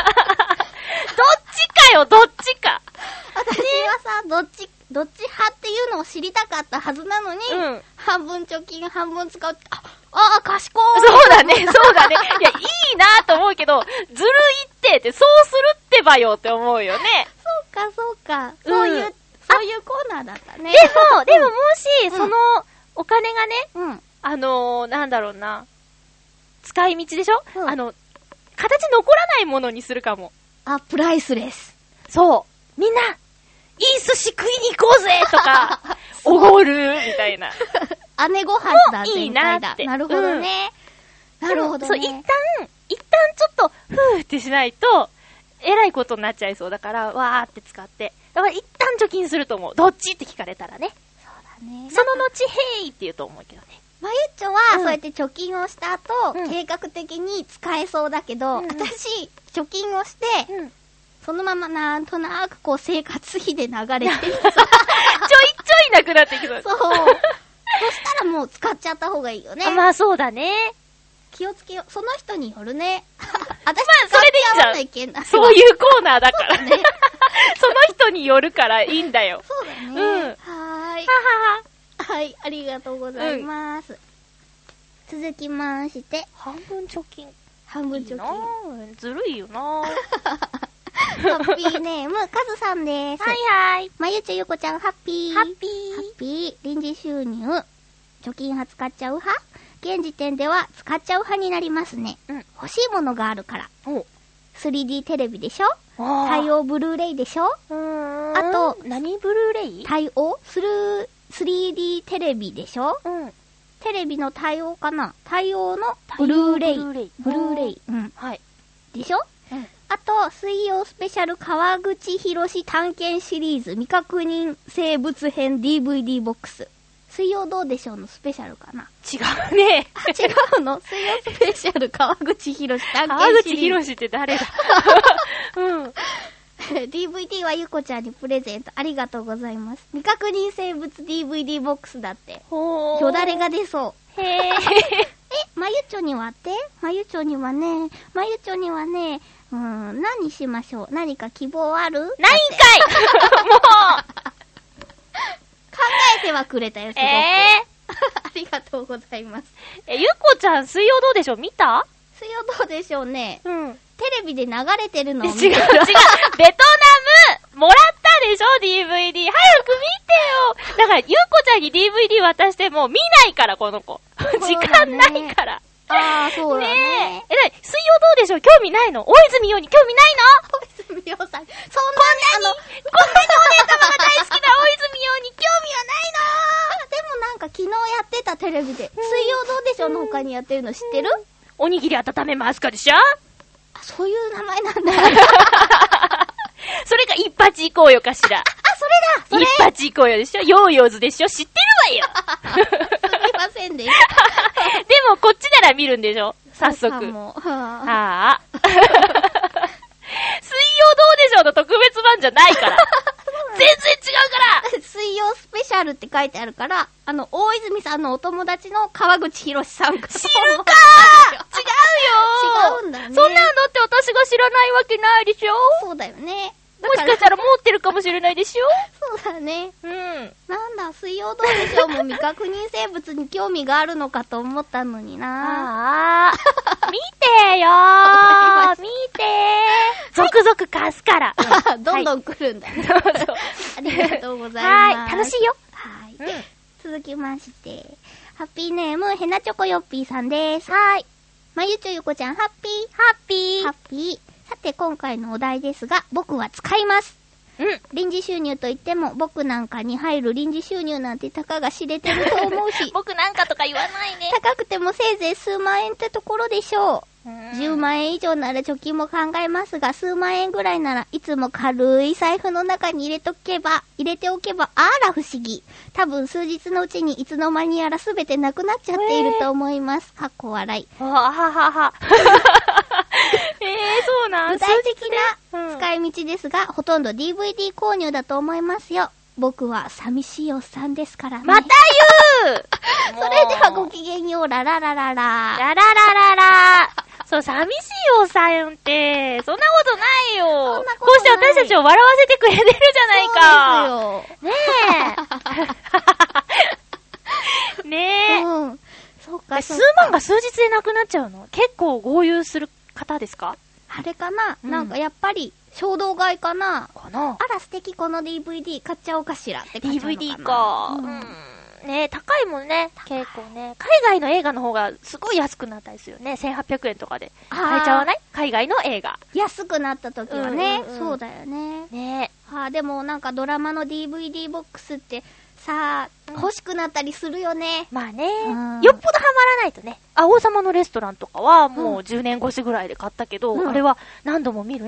A: ちかよ、どっちか。
B: 私はさ、どっち、どっち派っていうのを知りたかったはずなのに、うん、半分貯金半分使うって、あ、ああ、賢い。
A: そうだね、そうだね。いや、いいなと思うけど、ずるいってって、そうするってばよって思うよね。
B: そうか、そうか。そういう、うん、そういうコーナーだったね。
A: でも、でももし、うん、その、お金がね、
B: うん、
A: あのー、なんだろうな、使い道でしょ、うん、あの、形残らないものにするかも。
B: あ、プライスレス。
A: そう。みんな、いい寿司食いに行こうぜとか、おごるみたいな。
B: 姉ご飯だ、
A: いいなって。
B: なるほどね。うん、なるほどね。
A: そう、一旦、一旦ちょっと、ふーってしないと、 えらいことになっちゃいそうだから、わーって使って。だから一旦貯金すると思う。どっちって聞かれたらね。
B: そうだね。
A: その後、へいって言うと思うけどね。
B: まゆっちょは、そうやって貯金をした後、うん、計画的に使えそうだけど、うん、私、貯金をして、うん、そのままなんとなくこう生活費で流れてちょいちょい
A: なくなっていくの。
B: そう。そしたらもう使っちゃった方がいいよね。
A: まあそうだね。
B: 気をつけよう。その人によるね。私、ま
A: あそれでいいじゃん。そういうコーナーだからね。その人によるからいいんだよ。
B: そうだね。うん。はーい。ははは。はい、ありがとうございます。うん、続きまして。
A: 半分貯金。
B: 半分貯金。
A: いいずるいよなハ
B: ッピーネーム、カズさんです。
A: はいはい。
B: まゆちょゆこちゃん、ハッピー。
A: ハッピー。
B: ハッピー。臨時収入。貯金派使っちゃう派？現時点では使っちゃう派になりますね。うん。欲しいものがあるから。お スリーディー テレビでしょ？対応ブルーレイでしょ？うーん。あと、
A: 何ブルーレイ？
B: 対応する スリーディー テレビでしょ？うん。テレビの対応かな？対応のブルーレイ。ブルーレイ。ブルーレイ。うん。はい。でしょ？うん。あと、水曜スペシャル川口博士探検シリーズ未確認生物編 ディーブイディー ボックス。水曜どうでしょうのスペシャルかな？
A: 違うね。
B: 違うの？水曜スペシャル川口博士探検シリーズ。川口
A: 博士って誰だうん。
B: ディーブイディー はゆこちゃんにプレゼントありがとうございます。未確認生物 ディーブイディー ボックスだって。ほー。よだれが出そう。へー。え、まゆちょにはってまゆちょにはね、まゆちょにはね、うーん、何にしましょう？何か希望ある？ないん
A: かいもう
B: 考えてはくれたよ、すごく。えー、ありがとうございます。
A: え、ゆこちゃん、水曜どうでしょう見た？
B: 水曜どうでしょうね。うん。テレビで流れてるのを見
A: 違う違う。ベトナムもらったでしょ ディーブイディー。早く見てよ。だから、ゆこちゃんに ディーブイディー 渡しても見ないから、この子。時間ないから。
B: ああ、そうだね。ね
A: え、なに、水曜どうでしょう興味ないの？大泉洋に興味ないの？
B: 大泉洋さん。そんなに、
A: あの、こんなにお姉様が大好きな大泉洋に興味はないの？
B: でもなんか昨日やってたテレビで、水曜どうでしょうの他にやってるの知ってる？
A: おにぎり温めますかでしょ？
B: あ、そういう名前なんだ。
A: それが一発行こうよかしら。あ、
B: あ、それだ！
A: 一発行こうよでしょ？ヨーヨーズでしょ？知ってるわよ。
B: すみませんで。で
A: もこっちなら見るんでしょ？早速。はぁ。はぁ。水曜どうでしょうの特別版じゃないから。全然違うから
B: 水曜スペシャルって書いてあるから、あの、大泉さんのお友達の川口博さんが。
A: 知るかー違うよ
B: ー違うんだね。
A: そんなのだって私が知らないわけないでしょ？
B: そうだよね。
A: もしかしたら持ってるかもしれないでしょ？
B: そうだね。
A: うん。
B: なんだ、水曜どうでしょうも未確認生物に興味があるのかと思ったのにな。
A: ああ。見てよー見てー続々貸すから。
B: うん、どんどん来るんだね。はい、そうありがとうございます。
A: はい、楽しいよ。
B: はい、うん。続きまして、ハッピーネーム、ヘナチョコヨッピーさんです。
A: はい。
B: まゆちょゆこちゃん、ハッピー。
A: ハッピー。
B: ハッピー。さて今回のお題ですが、僕は使います。
A: うん。
B: 臨時収入といっても、僕なんかに入る臨時収入なんてたかが知れてると思うし。
A: 僕なんかとか言わないね。
B: 高くてもせいぜい数万円ってところでしょう。じゅうまんえん以上なら貯金も考えますが、数万円ぐらいならいつも軽い財布の中に入れとけば、入れておけば、あら不思議。多分数日のうちにいつの間にやらすべてなくなっちゃっていると思います。かっこ笑い。
A: はははは。えー、そうなん
B: 具体的な使い道ですが、うん、ほとんど ディーブイディー 購入だと思いますよ。僕は寂しいおっさんですからね。
A: また言う
B: それではごきげんよう、ラララララ。
A: ラララララ。そう、寂しいおっさんって、そんなことないよ。こうして私たちを笑わせてくれてるじゃないか。
B: そうですよ。
A: ねえ。ねえ。うん。
B: そうか、
A: 数万が数日でなくなっちゃうの？結構豪遊する方ですか？
B: あれかな、うん、なんかやっぱり、衝動買いかな
A: かな
B: あら素敵この ディーブイディー 買っちゃおうかしらって買っちゃうのかな
A: ディーブイディー か。うん。ねえ、高いもんね。結構ね。海外の映画の方がすごい安くなったりするよね。せんはっぴゃくえんとかで。買えちゃわない？海外の映画。
B: 安くなった時はね。うんうんうん、そうだよね。
A: ね
B: え。はあ、でもなんかドラマの ディーブイディー ボックスってさあ、欲しくなったりするよね。
A: まあね、うん。よっぽどハマらないとね。あ、王様のレストランとかはもうじゅうねん越しぐらいで買ったけど、うん、あれは何度も見るね。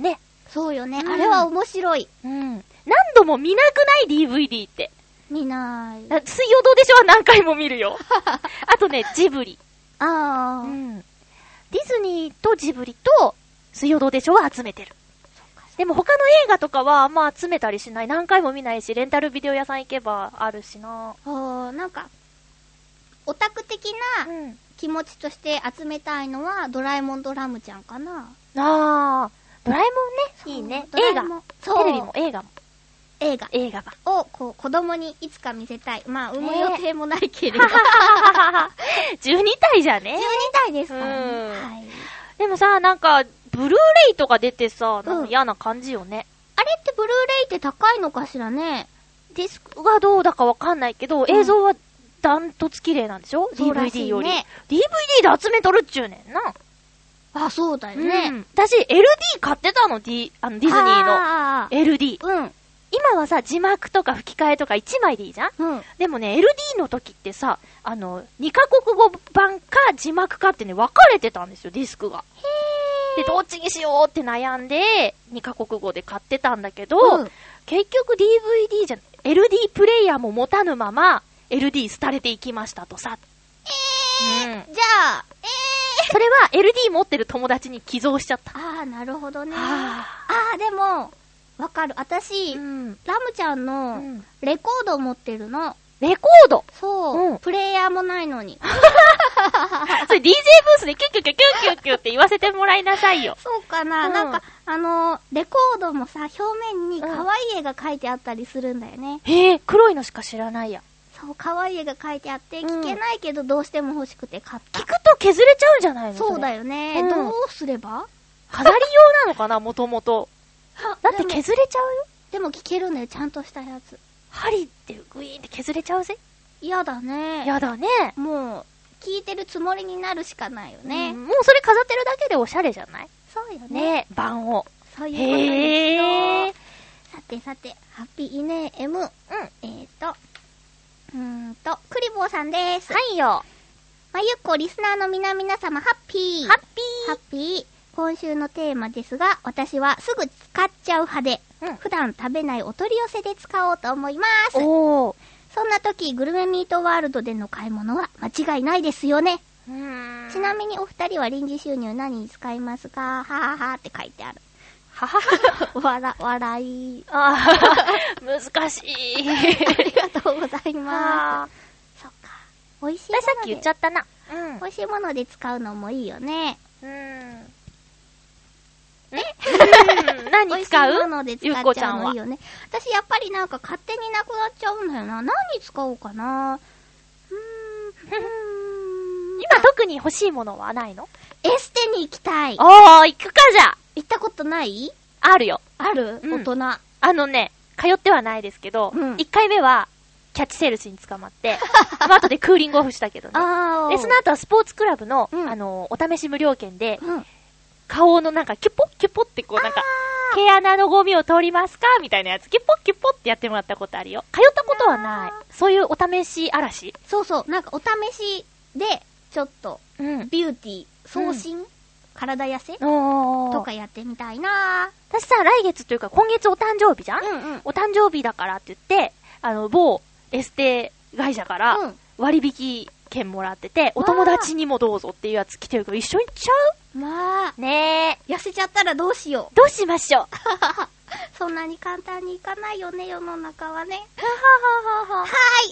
B: そうよね、うん、あれは面白い。
A: うん。何度も見なくない ディーブイディー って。
B: 見ない。
A: 水曜どうでしょうは何回も見るよ。あとね、ジブリ。
B: ああ。
A: うん。ディズニーとジブリと水曜どうでしょうは集めてる。でも他の映画とかはあんま集めたりしない。何回も見ないし、レンタルビデオ屋さん行けばあるしな。
B: あー、なんか、オタク的な気持ちとして集めたいのは、ドラえもんとラムちゃんかな。
A: あー、ドラえもんね。いいね。映画。テレビも映画も。
B: 映画。
A: 映画ば。
B: を、こう、子供にいつか見せたい。まあ、産む予定もないけれど。
A: じゅうにたいじゃね。
B: じゅうにたいですからね。はい。
A: でもさ、なんか、ブルーレイとか出てさ、なんか嫌な感じよね、
B: うん。あれってブルーレイって高いのかしらね。
A: ディスクがどうだかわかんないけど、うん、映像はダントツ綺麗なんでしょ、 ディーブイディー より。ディーブイディー で集めとるっちゅうねんな。
B: あ、そうだよね。うん、
A: 私、エルディー 買ってたの、D、あのディズニーの。エルディー。
B: うん。
A: 今はさ、字幕とか吹き替えとかいちまいでいいじゃん、
B: うん、
A: でもね、エルディー の時ってさ、あの、にカ国語版か字幕かってね、分かれてたんですよ、ディスクが。
B: へ
A: で、どっちにしようって悩んで、にカ国語で買ってたんだけど、うん、結局 ディーブイディー じゃ、エルディー プレイヤーも持たぬまま、エルディー 廃れていきましたとさ。
B: えー、うん、じゃあ、えー、
A: それは エルディー 持ってる友達に寄贈しちゃった。
B: あー、なるほどね。あー、でも、わかる。私、うん、ラムちゃんのレコード持ってるの。
A: レコード？
B: そう、うん。プレイヤーもないのに。
A: それ ディージェー ブースでキュッキュッキュッキュッキュッキュッって言わせてもらいなさいよ。
B: そうかな、うん、なんか、あの、レコードもさ、表面に可愛い絵が描いてあったりするんだよね。
A: うん、へぇ、黒いのしか知らないや。
B: そう、可愛い絵が描いてあって、聞けないけどどうしても欲しくて買った。
A: 聞くと削れちゃうんじゃないの？
B: そうだよね、うん。どうすれば？
A: 飾り用なのかな、もともと。だって削れちゃうよ。
B: でも聞けるんだよ、ちゃんとしたやつ。
A: 針ってグイーンって削れちゃうぜ。
B: やだね。
A: やだね。
B: もう、聞いてるつもりになるしかないよね。
A: うん、もうそれ飾ってるだけでおしゃれじゃない？
B: そうよね。
A: ね、版を。
B: そういうことですよ。さてさて、ハッピーネーム。うん。えーと、うーんと、クリボーさんです。
A: はいよ。
B: まゆっこリスナーの皆々様、ハッピー。
A: ハッピー。
B: ハッピー。今週のテーマですが、私はすぐ使っちゃう派で、うん、普段食べないお取り寄せで使おうと思います。
A: おー。
B: そんな時、グルメミートワールドでの買い物は間違いないですよね。
A: うーん。
B: ちなみにお二人は臨時収入何に使いますか？はははって書いてある。
A: ははは
B: 笑、笑い。
A: ああ、難しい。
B: ありがとうございます。そっか。美味しいもので。
A: さっき言っちゃったな。
B: うん。美味しいもので使うのもいいよね。
A: うーん。え何使う？
B: 美味しいもので使っちゃうのいいよね。私やっぱりなんか勝手になくなっちゃうんだよな。何に使おうかな。うーん。
A: 今特に欲しいものはないの？
B: エステに行きたい。
A: おー、行くかじゃ。
B: 行ったことない？
A: あるよ。
B: ある？うん、大人。
A: あのね、通ってはないですけど、うん、いっかいめはキャッチセールスに捕まって、まあ後でクーリングオフしたけどね。
B: あ
A: で、その後はスポーツクラブの、うん、あの、お試し無料券で、うん、顔のなんかキュポッキュポってこうなんか、毛穴のゴミを通りますかみたいなやつ、キュポッキュポってやってもらったことあるよ。通ったことはない。そういうお試し嵐？
B: そうそう、なんかお試しで、ちょっと、うん、ビューティー、送信、うん、体痩せとかやってみたいな。
A: 私さ、来月というか今月お誕生日じゃん、
B: うんうん、
A: お誕生日だからって言って、あの、某エステ会社から割引券もらってて、うん、お友達にもどうぞっていうやつ来てるから一緒に行っちゃう？
B: まあ。
A: ね
B: え。痩せちゃったらどうしよう。
A: どうしましょう。
B: そんなに簡単にいかないよね、世の中はね。
A: ははははは。
B: はい。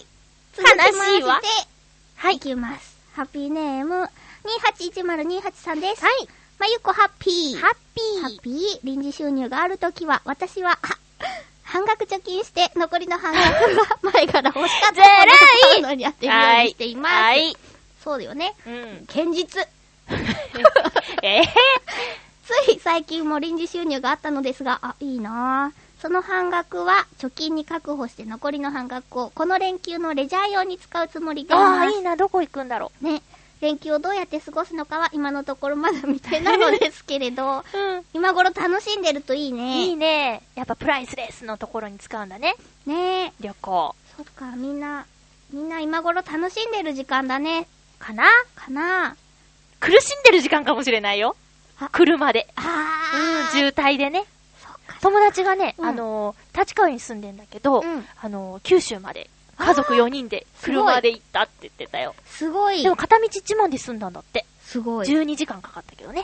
B: 続きまして。
A: 悲しいわ。
B: はい。いきます。ハッピーネーム、にはちいちまるにはちさんです。
A: はい。
B: まゆこハッピー。
A: ハッピー。
B: ハッピー。臨時収入があるときは、私は、半額貯金して、残りの半額が前から欲しかったものを買うのに当てるようにしています。
A: はい。
B: そうだよね。
A: うん。
B: 堅実。
A: えー、
B: つい最近も臨時収入があったのですが、あ、いいなぁ。その半額は貯金に確保して残りの半額をこの連休のレジャー用に使うつもりでいます。
A: ああ、いいな。どこ行くんだろ
B: う。ね。連休をどうやって過ごすのかは今のところまだ未定なのですけれど、うん、今頃楽しんでるといいね。
A: いいね。やっぱプライスレスのところに使うんだね。
B: ねえ。
A: 旅行。
B: そっか、みんな、みんな今頃楽しんでる時間だね。
A: かな
B: かな
A: 苦しんでる時間かもしれないよ。車で。
B: あ
A: ー。うん、渋滞でね。
B: そっ
A: 友達がね、うん、あのー、立川に住んでんだけど、うん、あのー、九州まで家族よにんで車で行ったって言ってたよ。
B: すごい。
A: でも片道いちまんで済んだんだって。
B: すごい。
A: じゅうにじかんかかったけどね。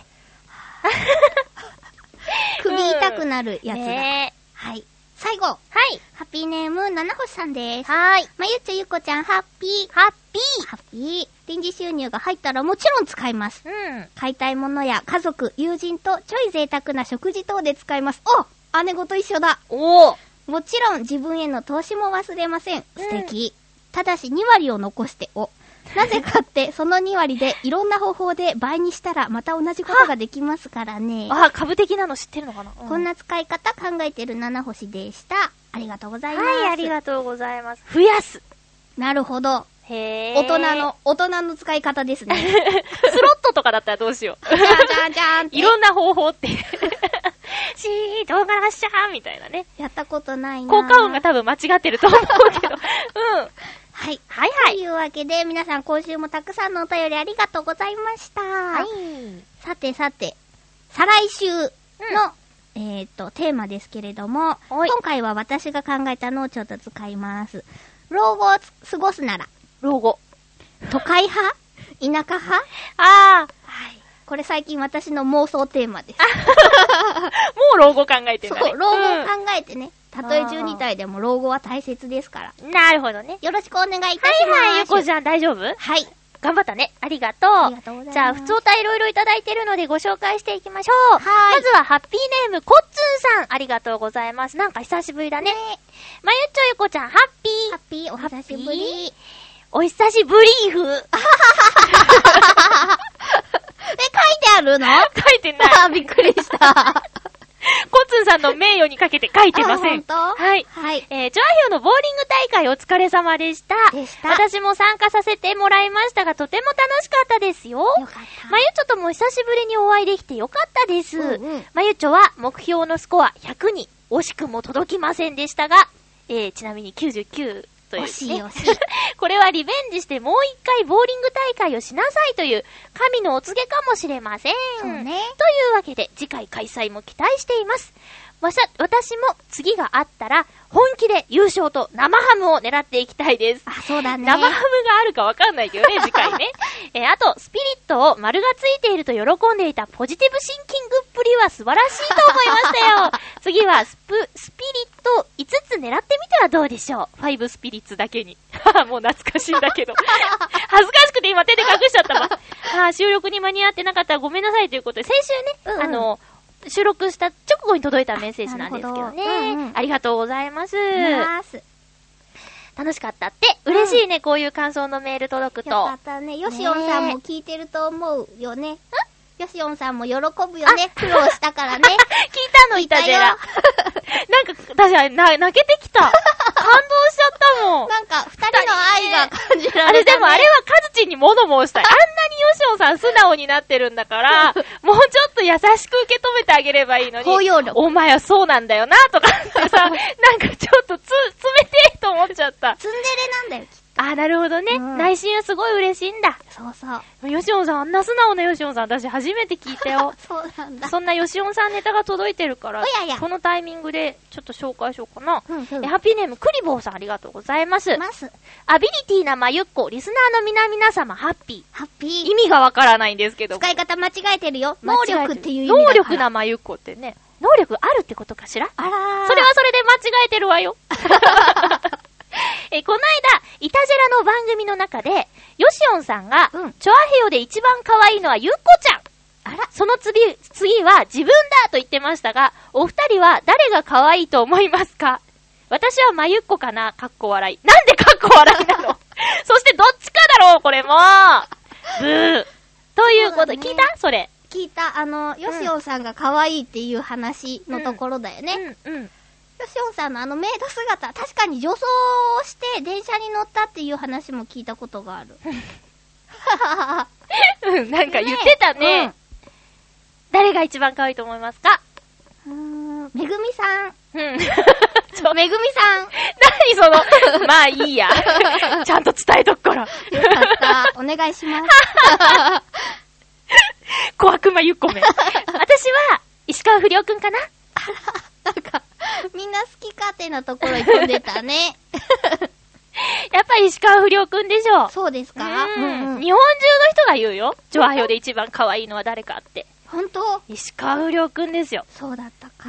B: 首痛くなるやつだ。うん、
A: ね
B: はい。最後。
A: はい。
B: ハッピーネーム、七星さんです。
A: はい。
B: まゆっちょゆこちゃん、ハッピー。
A: ハッピー。
B: ハッピー。臨時収入が入ったらもちろん使います。
A: うん。
B: 買いたいものや家族、友人とちょい贅沢な食事等で使います。お、姉子と一緒だ。
A: おー。
B: もちろん自分への投資も忘れません。素敵。うん、ただしにわりを残してお。なぜかってそのにわりでいろんな方法で倍にしたらまた同じことができますからね。
A: あ、株的なの知ってるのかな、
B: うん、こんな使い方考えてる七星でした。ありがとうございます。
A: はい、ありがとうございます。増やす。
B: なるほど。
A: へー。
B: 大人の、大人の使い方ですね。
A: スロットとかだったらどうしよう。
B: じゃんじゃんじゃんって。
A: いろんな方法って。しー、動画らっしゃーみたいなね。
B: やったことないな。
A: 効果音が多分間違ってると思うけど。うん。
B: はい。
A: はいはい。
B: というわけで、皆さん今週もたくさんのお便りありがとうございました。
A: はい。
B: さてさて、再来週の、うん、えっと、テーマですけれども、今回は私が考えたのをちょっと使います。老後を過ごすなら。
A: 老後。
B: 都会派？田舎派？
A: ああ。
B: はい。これ最近私の妄想テーマです。
A: もう老後考えてるんだね。
B: そう、老後を考えてね。たとえじゅうに代でも老後は大切ですから。
A: なるほどね。
B: よろしくお願いいたします。
A: はいはい、ゆこちゃん大丈夫？
B: はい。
A: 頑張ったね。ありがとう。
B: ありがとうございます。
A: じゃあ、普通おたいろいろいただいてるのでご紹介していきましょう。
B: はい。
A: まずは、ハッピーネーム、こっつーさん。ありがとうございます。なんか久しぶりだね。ねまゆっちょゆこちゃん、ハッピー。
B: ハッピー、お久しぶり。
A: お久しぶりーふ。え、
B: 書いてあるの？
A: 書いてない。
B: あ、びっくりした。
A: コッツンさんの名誉にかけて書いてません。
B: はい。
A: はい。えー、チョアヒョのボーリング大会お疲れ様でした。
B: でした。
A: 私も参加させてもらいましたが、とても楽しかったですよ。
B: よかった。
A: まゆちょとも久しぶりにお会いできてよかったです。
B: うんうん、
A: まゆちょは目標のスコアひゃくに惜しくも届きませんでしたが、えー、ちなみにきゅうじゅうきゅうという、ね。
B: 惜しい惜しい。
A: これはリベンジしてもう一回ボーリング大会をしなさいという神のお告げかもしれません。
B: そうね。
A: というわけで次回開催も期待しています。わしゃ、私も次があったら本気で優勝と生ハムを狙っていきたいです。
B: あ、そうだね。
A: 生ハムがあるかわかんないけどね、次回ね。えー、あと、スピリットを丸がついていると喜んでいたポジティブシンキングっぷりは素晴らしいと思いましたよ。次はスプ、スピリットいつつ狙ってみてはどうでしょう。ファイブスピリッツだけに。もう懐かしいんだけど。恥ずかしくて今手で隠しちゃったわ。あ、収録に間に合ってなかったらごめんなさいということで、先週ね、うんうん、あの、収録した直後に届いたメッセージなんですけどね。
B: どうんうん、
A: ありがとうございます。
B: ます
A: 楽しかったって。嬉しいね、うん、こういう感想のメール届くと。
B: よかったね。ヨシオンさんも聞いてると思うよね。ヨシオンさんも喜ぶよね。苦労したからね。聞い
A: たの、いたじゃら。なんか、私はな、泣けてきた。感動しちゃったもん。
B: なんか、二人の愛が感じられた、ね。
A: あれでもあれはカズチンに物申したい。あんなにヨシオンさん素直になってるんだから、もうちょっと優しく受け止めてあげればいいのに。
B: 包容力。
A: お前はそうなんだよな、とかってさ、なんかちょっとつ、冷てえと思っちゃった。
B: ツンデレなんだよ、きっと。
A: あ、なるほどね、うん。内心はすごい嬉しいんだ。
B: そうそう。
A: ヨシオンさん、あんな素直なヨシオンさん、私初めて聞いたよ。
B: そうなんだ。
A: そんなヨシオンさんネタが届いてるから、
B: おやや
A: このタイミングでちょっと紹介しようかな。
B: うんうん、
A: えハッピーネーム、クリボーさんありがとうございます。
B: ます。
A: アビリティなまゆっこ、リスナーの皆々様、ハッピー。
B: ハッピー。
A: 意味がわからないんですけど。
B: 使い方間違えてるよ。能力っていう意味だから。
A: 能力なまゆっこってね。能力あるってことかしら？
B: あらー。
A: それはそれで間違えてるわよ。え、この間、イタジェラの番組の中で、ヨシオンさんが、うん、チョアヘヨで一番可愛いのはゆっこちゃん。あら、その次、次は自分だと言ってましたが、お二人は誰が可愛いと思いますか？私はまゆっこかな、かっこ笑い。なんでかっこ笑いなの？そしてどっちかだろう、これも。ブー。ということ、ね、聞いた？それ。
B: 聞いた。あの、ヨシオンさんが可愛いっていう話のところだよね。
A: うん、うん、うん。
B: ヨシオンさんのあのメイド姿、確かに女装して電車に乗ったっていう話も聞いたことがある。
A: うん、なんか言ってたね。ね、うん、誰が一番可愛いと思いますか？
B: うーん、めぐみさん。
A: うん。
B: めぐみさん。
A: 何その、まあいいや。ちゃんと伝えとくから。よ
B: かった。お願いします。
A: 小悪魔ゆっこめ。私は、石川不良くんかな？
B: なんか、みんな好き勝手なところに飛んでたね。
A: やっぱり石川不良くんでしょ。
B: そうですか？
A: うんうん、日本中の人が言うよ。ジョア表で一番可愛いのは誰かって。
B: 本当？
A: 石川不良くんですよ。
B: そうだったか。
A: うん。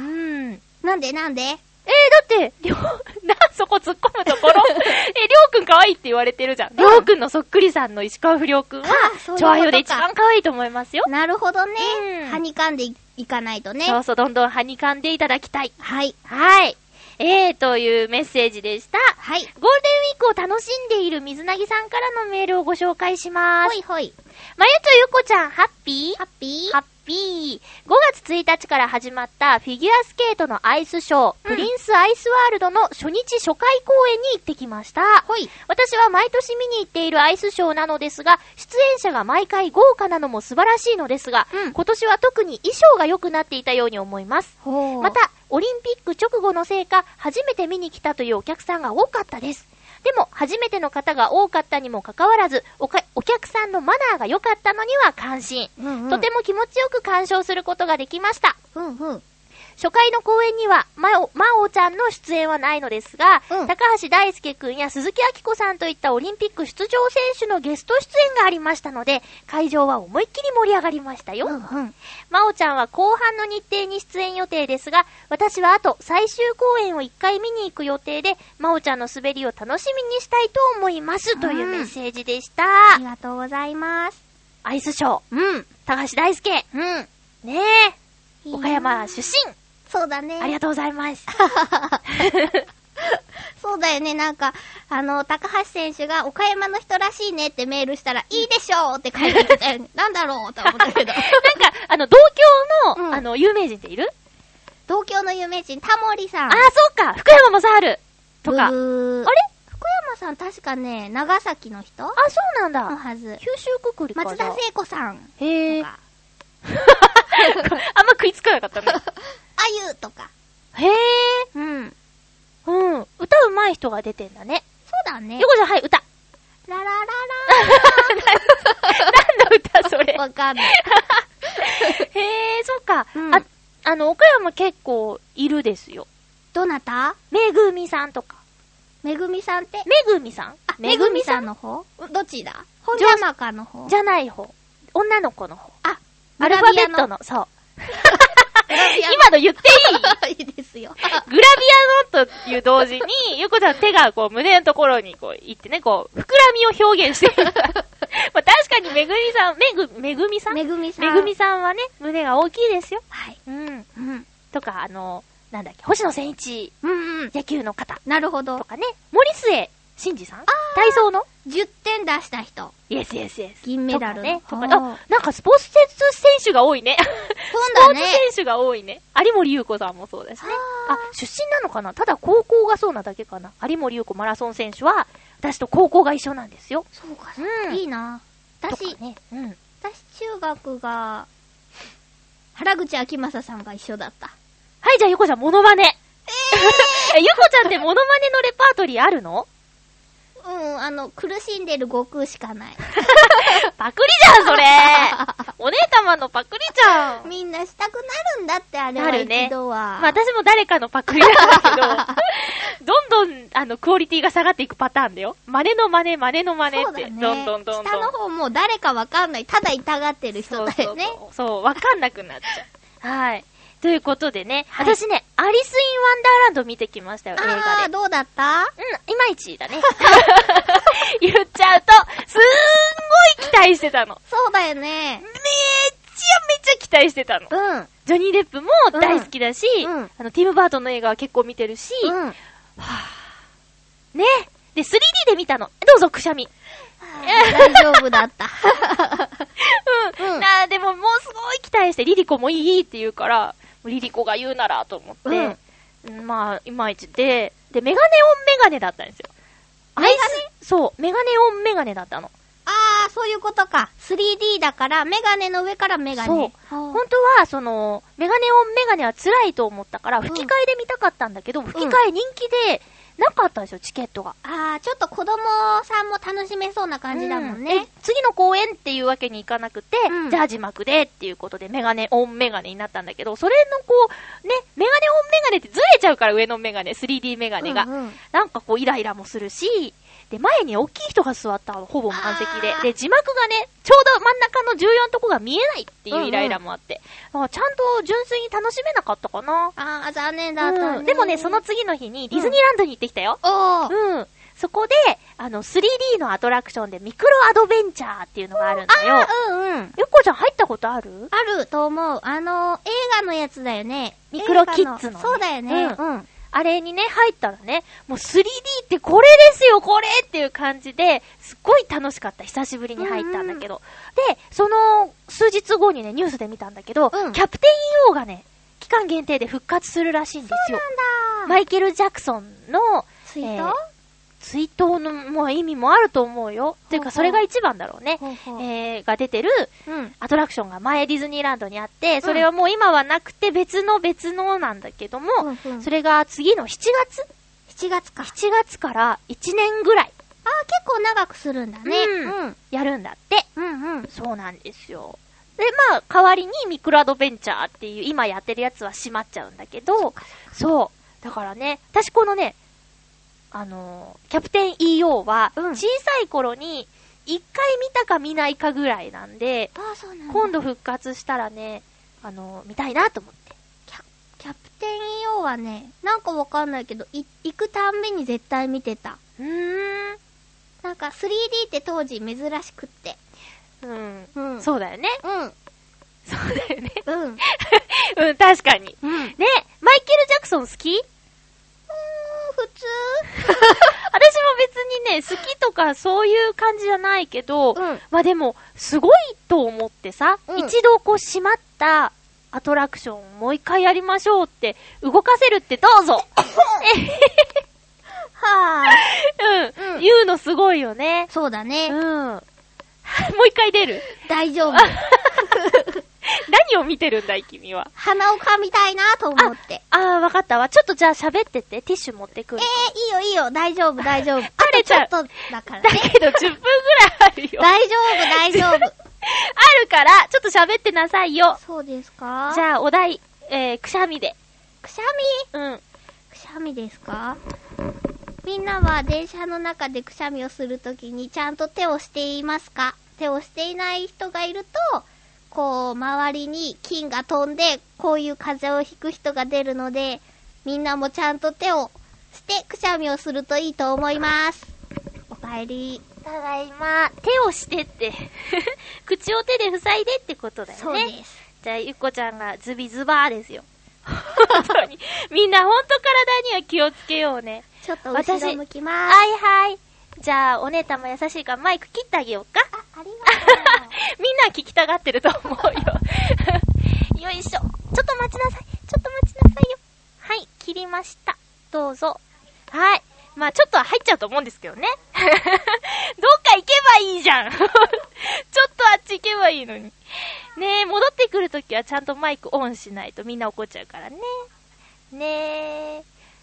B: なんでなんで？えー、
A: だって、りょう、な、そこ突っ込むところ。え、りょうくん可愛いって言われてるじゃん。りょうくんのそっくりさんの石川不良くんは、ジョア表で一番可愛いと思いますよ。
B: なるほどね。うん、はにかんでい、いかないとね。
A: そうそう、どんどんはにかんでいただきたい。
B: はい。
A: はい。えー、というメッセージでした。
B: はい。
A: ゴールデンウィークを楽しんでいる水なぎさんからのメールをご紹介します。
B: ほいほい。
A: まゆちょゆこちゃん、ハッピー？
B: ハッピー？
A: ハッピー。ごがつついたちから始まったフィギュアスケートのアイスショー、うん、プリンスアイスワールドの初日初回公演に行ってきました。
B: ほい。
A: 私は毎年見に行っているアイスショーなのですが、出演者が毎回豪華なのも素晴らしいのですが、うん、今年は特に衣装が良くなっていたように思います。
B: ほう。
A: また、オリンピック直後のせいか、初めて見に来たというお客さんが多かったです。でも、初めての方が多かったにもかかわらず、おか、お客さんのマナーが良かったのには感心、うんうん。とても気持ちよく鑑賞することができました。
B: うんうん。
A: 初回の公演には、まお、まおちゃんの出演はないのですが、うん、高橋大輔くんや鈴木明子さんといったオリンピック出場選手のゲスト出演がありましたので、会場は思いっきり盛り上がりましたよ。うんうん、まおちゃんは後半の日程に出演予定ですが、私はあと最終公演をいっかい見に行く予定で、まおちゃんの滑りを楽しみにしたいと思います、うん、というメッセージでした。
B: ありがとうございます。
A: アイスショー。
B: うん。
A: 高橋大輔。
B: うん。
A: ねえ。岡山出身。
B: そうだね。
A: ありがとうございます。
B: そうだよね、なんか、あの、高橋選手が岡山の人らしいねってメールしたら、いいでしょうって書いてきたよね。なんだろうと思ったけど。なんか、
A: あの、同郷の、うん、あの、有名人っている？
B: 同郷の有名人、タモリさん。
A: ああ、そうか。福山雅治とか。あれ？
B: 福山さん確かね、長崎の人？
A: あ、そうなんだ。
B: のはず。
A: 九州くくりかな。
B: 松田聖子さん。
A: へー。あんま食いつかなかったね。
B: あゆとか。
A: へー。
B: うん。
A: うん。歌うまい人が出てんだね。
B: そうだね。
A: よこちゃん、はい、歌。
B: ララララ
A: ー。何の歌それ。
B: わかんない。
A: へー、そっか。
B: うん、
A: あ、あの、岡山結構いるですよ。
B: どなた？
A: めぐみさんとか。
B: めぐみさんって？
A: めぐみさん？
B: あ、めぐみさんの方？どっちだ？本山かの方？
A: じゃない方。女の子の方。
B: あ、
A: アルファベットの、そう。今の言っていい？
B: いいですよ。
A: グラビアのという同時に、ゆこちゃん手がこう胸のところにこう行ってね、こう、膨らみを表現してる。まあ確かにめぐみさん、めぐ、めぐみさん
B: めぐみさん。
A: めぐみさんはね、胸が大きいですよ。
B: はい。
A: うん。
B: うん。
A: とか、あの、なんだっけ、星野千一。
B: うんうん。
A: 野球の方。
B: なるほど。
A: とかね、森末慎二さん？体操の
B: じゅってん出した人。
A: イエスイエスイエス。
B: 銀メダルね。
A: とかね。あ、なんかスポーツ選手が多いね。
B: そうだね。
A: スポーツ選手が多いね。有森優子さんもそうですね。あ、出身なのかな？ただ高校がそうなだけかな。有森優子マラソン選手は、私と高校が一緒なんですよ。
B: そうか、うん。いいな。私、
A: ね、うん。
B: 私中学が、原口あきまささんが一緒だった。
A: はい、じゃあゆこちゃんモノマネ。えー、ゆこちゃんってモノマネのレパートリーあるの？
B: うん、あの、苦しんでる悟空しかない。
A: パクリじゃん、それお姉様のパクリじゃん。
B: みんなしたくなるんだって、あれは一度は。
A: ね、まあ私も誰かのパクリなんだけど、どんどん、あの、クオリティが下がっていくパターンだよ。真似の真似、真似の真似って、ね、どんどんどんどん。
B: 下の方もう誰かわかんない。ただ痛がってる人だよね。
A: そうそうそう、そう、わかんなくなっちゃう。はい。ということでね、はい、私ね、アリス・イン・ワンダーランド見てきましたよ、映画で。
B: あー、どうだった？
A: うん、いまいちだね。言っちゃうと、すーんごい期待してたの。
B: そうだよね。
A: めっちゃめちゃ期待してたの。
B: うん。
A: ジョニー・デップも大好きだし、うん、あの、ティム・バートンの映画は結構見てるし、うん、はぁ。ね。で、スリーディー で見たの。どうぞ、くしゃみ。
B: 大丈夫だった。
A: うん。うん、なでももうすごい期待して、リリコもいいって言うから、リリコが言うならと思って、うん、まあ、いまいちで、で、メガネオンメガネだったんですよ。
B: メガネ？
A: そう、メガネオンメガネだったの。
B: あー、そういうことか。スリーディー だから、メガネの上からメガネ。
A: そう。本当は、その、メガネオンメガネは辛いと思ったから、吹き替えで見たかったんだけど、うん、吹き替え人気で、 なかったでしょ、チケットが。
B: あー、ちょっと子供さんも楽しめそうな感じだもんね。
A: うん、次の公演っていうわけにいかなくて、
B: うん、
A: じゃあ字幕でっていうことでメガネ、オンメガネになったんだけど、それのこう、ね、メガネオンメガネってずれちゃうから、上のメガネ、スリーディー メガネが。うんうん、なんかこうイライラもするし、で、前に大きい人が座ったほぼ満席で、で、字幕がね、ちょうど真ん中のじゅうよんとこが見えないっていうイライラもあって、うんうん、ちゃんと純粋に楽しめなかったかな。
B: あー、残念だったね、
A: うん。でもね、その次の日にディズニーランドに行ってきたよ。
B: うん、
A: うん。そこで、あの、スリーディー のアトラクションでミクロアドベンチャーっていうのがあるんだよ。
B: あー、うんうん。
A: ゆっこちゃん入ったことある？
B: あると思う。あの、映画のやつだよね。
A: ミクロキッズの、ね。
B: そうだよね。
A: うん。うんあれにね、入ったらね、もう スリーディー ってこれですよ、これっていう感じで、すっごい楽しかった。久しぶりに入ったんだけど。うんうん、で、その数日後にね、ニュースで見たんだけど、うん、キャプテン イーオー がね、期間限定で復活するらしいんですよ。
B: そうなんだ。
A: マイケル・ジャクソンの、
B: ツイート、
A: えー追悼のもう意味もあると思うよ。っていうかそれが一番だろうね。ほうほうえー、が出てるアトラクションが前ディズニーランドにあって、それはもう今はなくて別の別のなんだけども、うんうん、それが次のしちがつ
B: しちがつか。
A: しちがつからいちねんぐらい。
B: あー、結構長くするんだね。
A: うん。うん、やるんだって。
B: うんうん。
A: そうなんですよ。で、まあ、代わりにミクロアドベンチャーっていう今やってるやつは閉まっちゃうんだけど、そう。だからね、私このね、あのー、キャプテン イーオー は、小さい頃に、一回見たか見ないかぐらいなんで、
B: あ、そうなんだ。
A: 今度復活したらね、あのー、見たいなと思って。
B: キャ、キャプテン イーオー はね、なんかわかんないけど、い、行くたんびに絶対見てた。
A: うーん。
B: なんか スリーディー って当時珍しくって。
A: うん。うん。そうだよね。
B: うん。
A: そうだよね。
B: うん。
A: うん、確かに。
B: うん。
A: ね、マイケル・ジャクソン好き？
B: 普通
A: 私も別にね、好きとかそういう感じじゃないけど、うん、まあでも、すごいと思ってさ、うん、一度こう閉まったアトラクションをもう一回やりましょうって、動かせるってどうぞ
B: はぁ、
A: うん、うん。言うのすごいよね。
B: そうだね。
A: うん。もう一回出る？
B: 大丈夫。
A: 何を見てるんだい君は。
B: 鼻を噛みたいなと思って。
A: ああー、わかったわ。ちょっとじゃあ喋ってて、ティッシュ持ってくる。
B: えー、いいよいいよ。大丈夫大丈夫。
A: あれちょっとだからね。だけどじゅっぷんぐらいあるよ。
B: 大丈夫大丈夫。あ
A: るから、ちょっと喋ってなさいよ。
B: そうですか？
A: じゃあお題、えー、くしゃみで。
B: くしゃみ？
A: うん。
B: くしゃみですか？みんなは電車の中でくしゃみをするときにちゃんと手をしていますか？手をしていない人がいると、こう、周りに菌が飛んで、こういう風邪をひく人が出るので、みんなもちゃんと手をしてくしゃみをするといいと思います。おかえり。
A: ただいま。手をしてって。口を手で塞いでってことだよね。
B: そうです。
A: じゃあ、ゆっこちゃんがズビズバーですよ。本当に。みんなほんと体には気をつけようね。
B: ちょっと後ろ向きます。
A: はいはい。じゃあ、お姉たんも優しいからマイク切ってあげようか。
B: あ、ありがとう。
A: みんな聞きたがってると思うよ。よいしょ。ちょっと待ちなさい。ちょっと待ちなさいよ。はい、切りました。どうぞ。はい。まあちょっと入っちゃうと思うんですけどね。どっか行けばいいじゃん。ちょっとあっち行けばいいのに。ねえ、戻ってくるときはちゃんとマイクオンしないとみんな怒っちゃうからね。ねえ。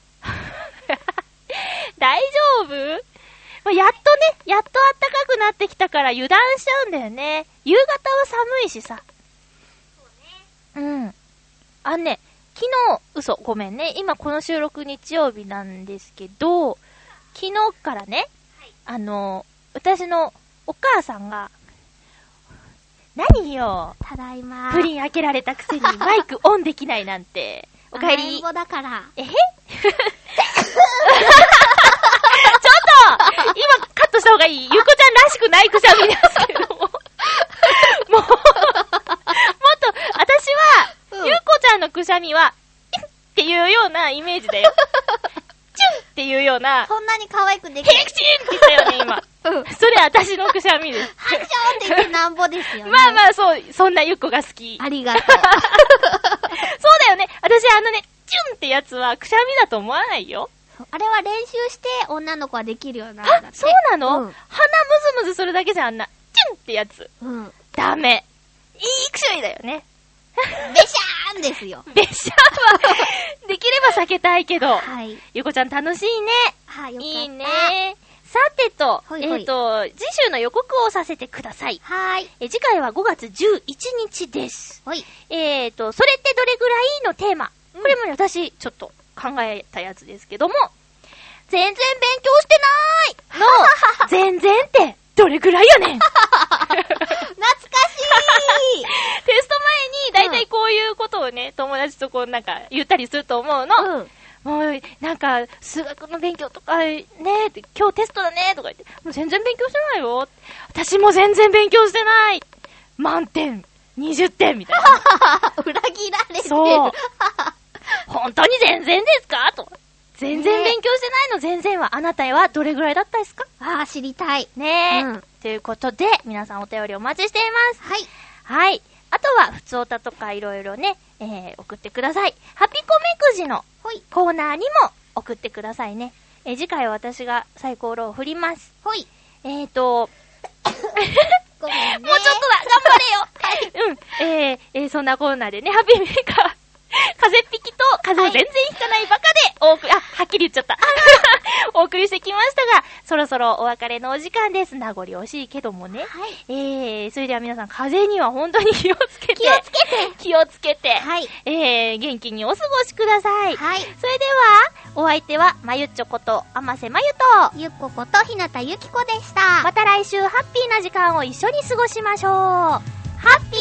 A: 大丈夫？まあ、やっとね、やっと暖かくなってきたから油断しちゃうんだよね。夕方は寒いしさ。そうね。うん。あのね、昨日、嘘、ごめんね。今この収録日曜日なんですけど、昨日からね、はい、あの、私のお母さんが、何よ。
B: ただいま。
A: プリン開けられたくせにマイクオンできないなんて。おかえり。
B: 英語だから。
A: えへ今カットした方がいい。ゆこちゃんらしくないくしゃみですけども。もう、もっと、私は、うん、ゆこちゃんのくしゃみは、っていうようなイメージだよ。チュンっていうような。
B: そんなに可愛くできない。
A: ヘクチンって言ったよね、今。うん。それ私のくしゃみです。
B: ハクションって言ってなんぼですよね。
A: まあまあ、そう、そんなゆこが好き。
B: ありがとう。
A: そうだよね。私あのね、チュンってやつはくしゃみだと思わないよ。
B: あれは練習して女の子はできるようになるんだって。
A: あ、そうなの、うん、鼻ムズムズするだけじゃん、あんな。チュンってやつ。
B: うん。
A: ダメ。いいくしゃみだよね。
B: べしゃーんですよ。
A: べしゃーは、できれば避けたいけど。
B: はい。
A: ゆこちゃん楽しいね。
B: はい、よかった。
A: いいね。さてと、
B: ほいほい
A: えっと、次週の予告をさせてください。
B: はーい。
A: え、次回はごがつじゅういちにちです。
B: ほい。
A: えっと、それってどれぐらいのテーマ。これもね、私、ちょっと考えたやつですけども、全然勉強してないの、全然ってどれぐらいやねん。
B: 懐かしい
A: テスト前に、だいたいこういうことをね、友達とこうなんか言ったりすると思うの。うん。もう、なんか、数学の勉強とか、ねって、今日テストだねとか言って、もう全然勉強してないよ。私も全然勉強してない。満点、にじゅってんみたいな。
B: 裏切られてる。
A: そう。本当に全然ですかと。全然勉強してないの全然は、あなたはどれぐらいだったですか？
B: ああ、知りたい。
A: ねえ、
B: うん。
A: ということで、皆さんお便りお待ちしています。
B: はい。
A: はい。あとは、ふつおたとかいろいろね、えー、送ってください。ハピコメくじのコーナーにも送ってくださいね。えー、次回は私がサイコロを振ります。
B: ほい。
A: えーと、
B: ごめんね。
A: もうちょっとだ、頑張れよ。はい。うん。えー、えー、そんなコーナーでね、ハピメーカー、風邪っ引きと風邪を全然ひかないバカでお送り、あ、はっきり言っちゃった。お送りしてきましたが、そろそろお別れのお時間です。名残惜しいけどもね。はい。えー、それでは皆さん、風邪には本当に気をつけて。
B: 気をつけて。
A: 気をつけて。
B: はい。
A: えー、元気にお過ごしください。
B: はい。
A: それでは、お相手は、まゆっちょこと、あませまゆと、
B: ゆっこことひなたゆきこでした。
A: また来週、ハッピーな時間を一緒に過ごしましょう。ハッピー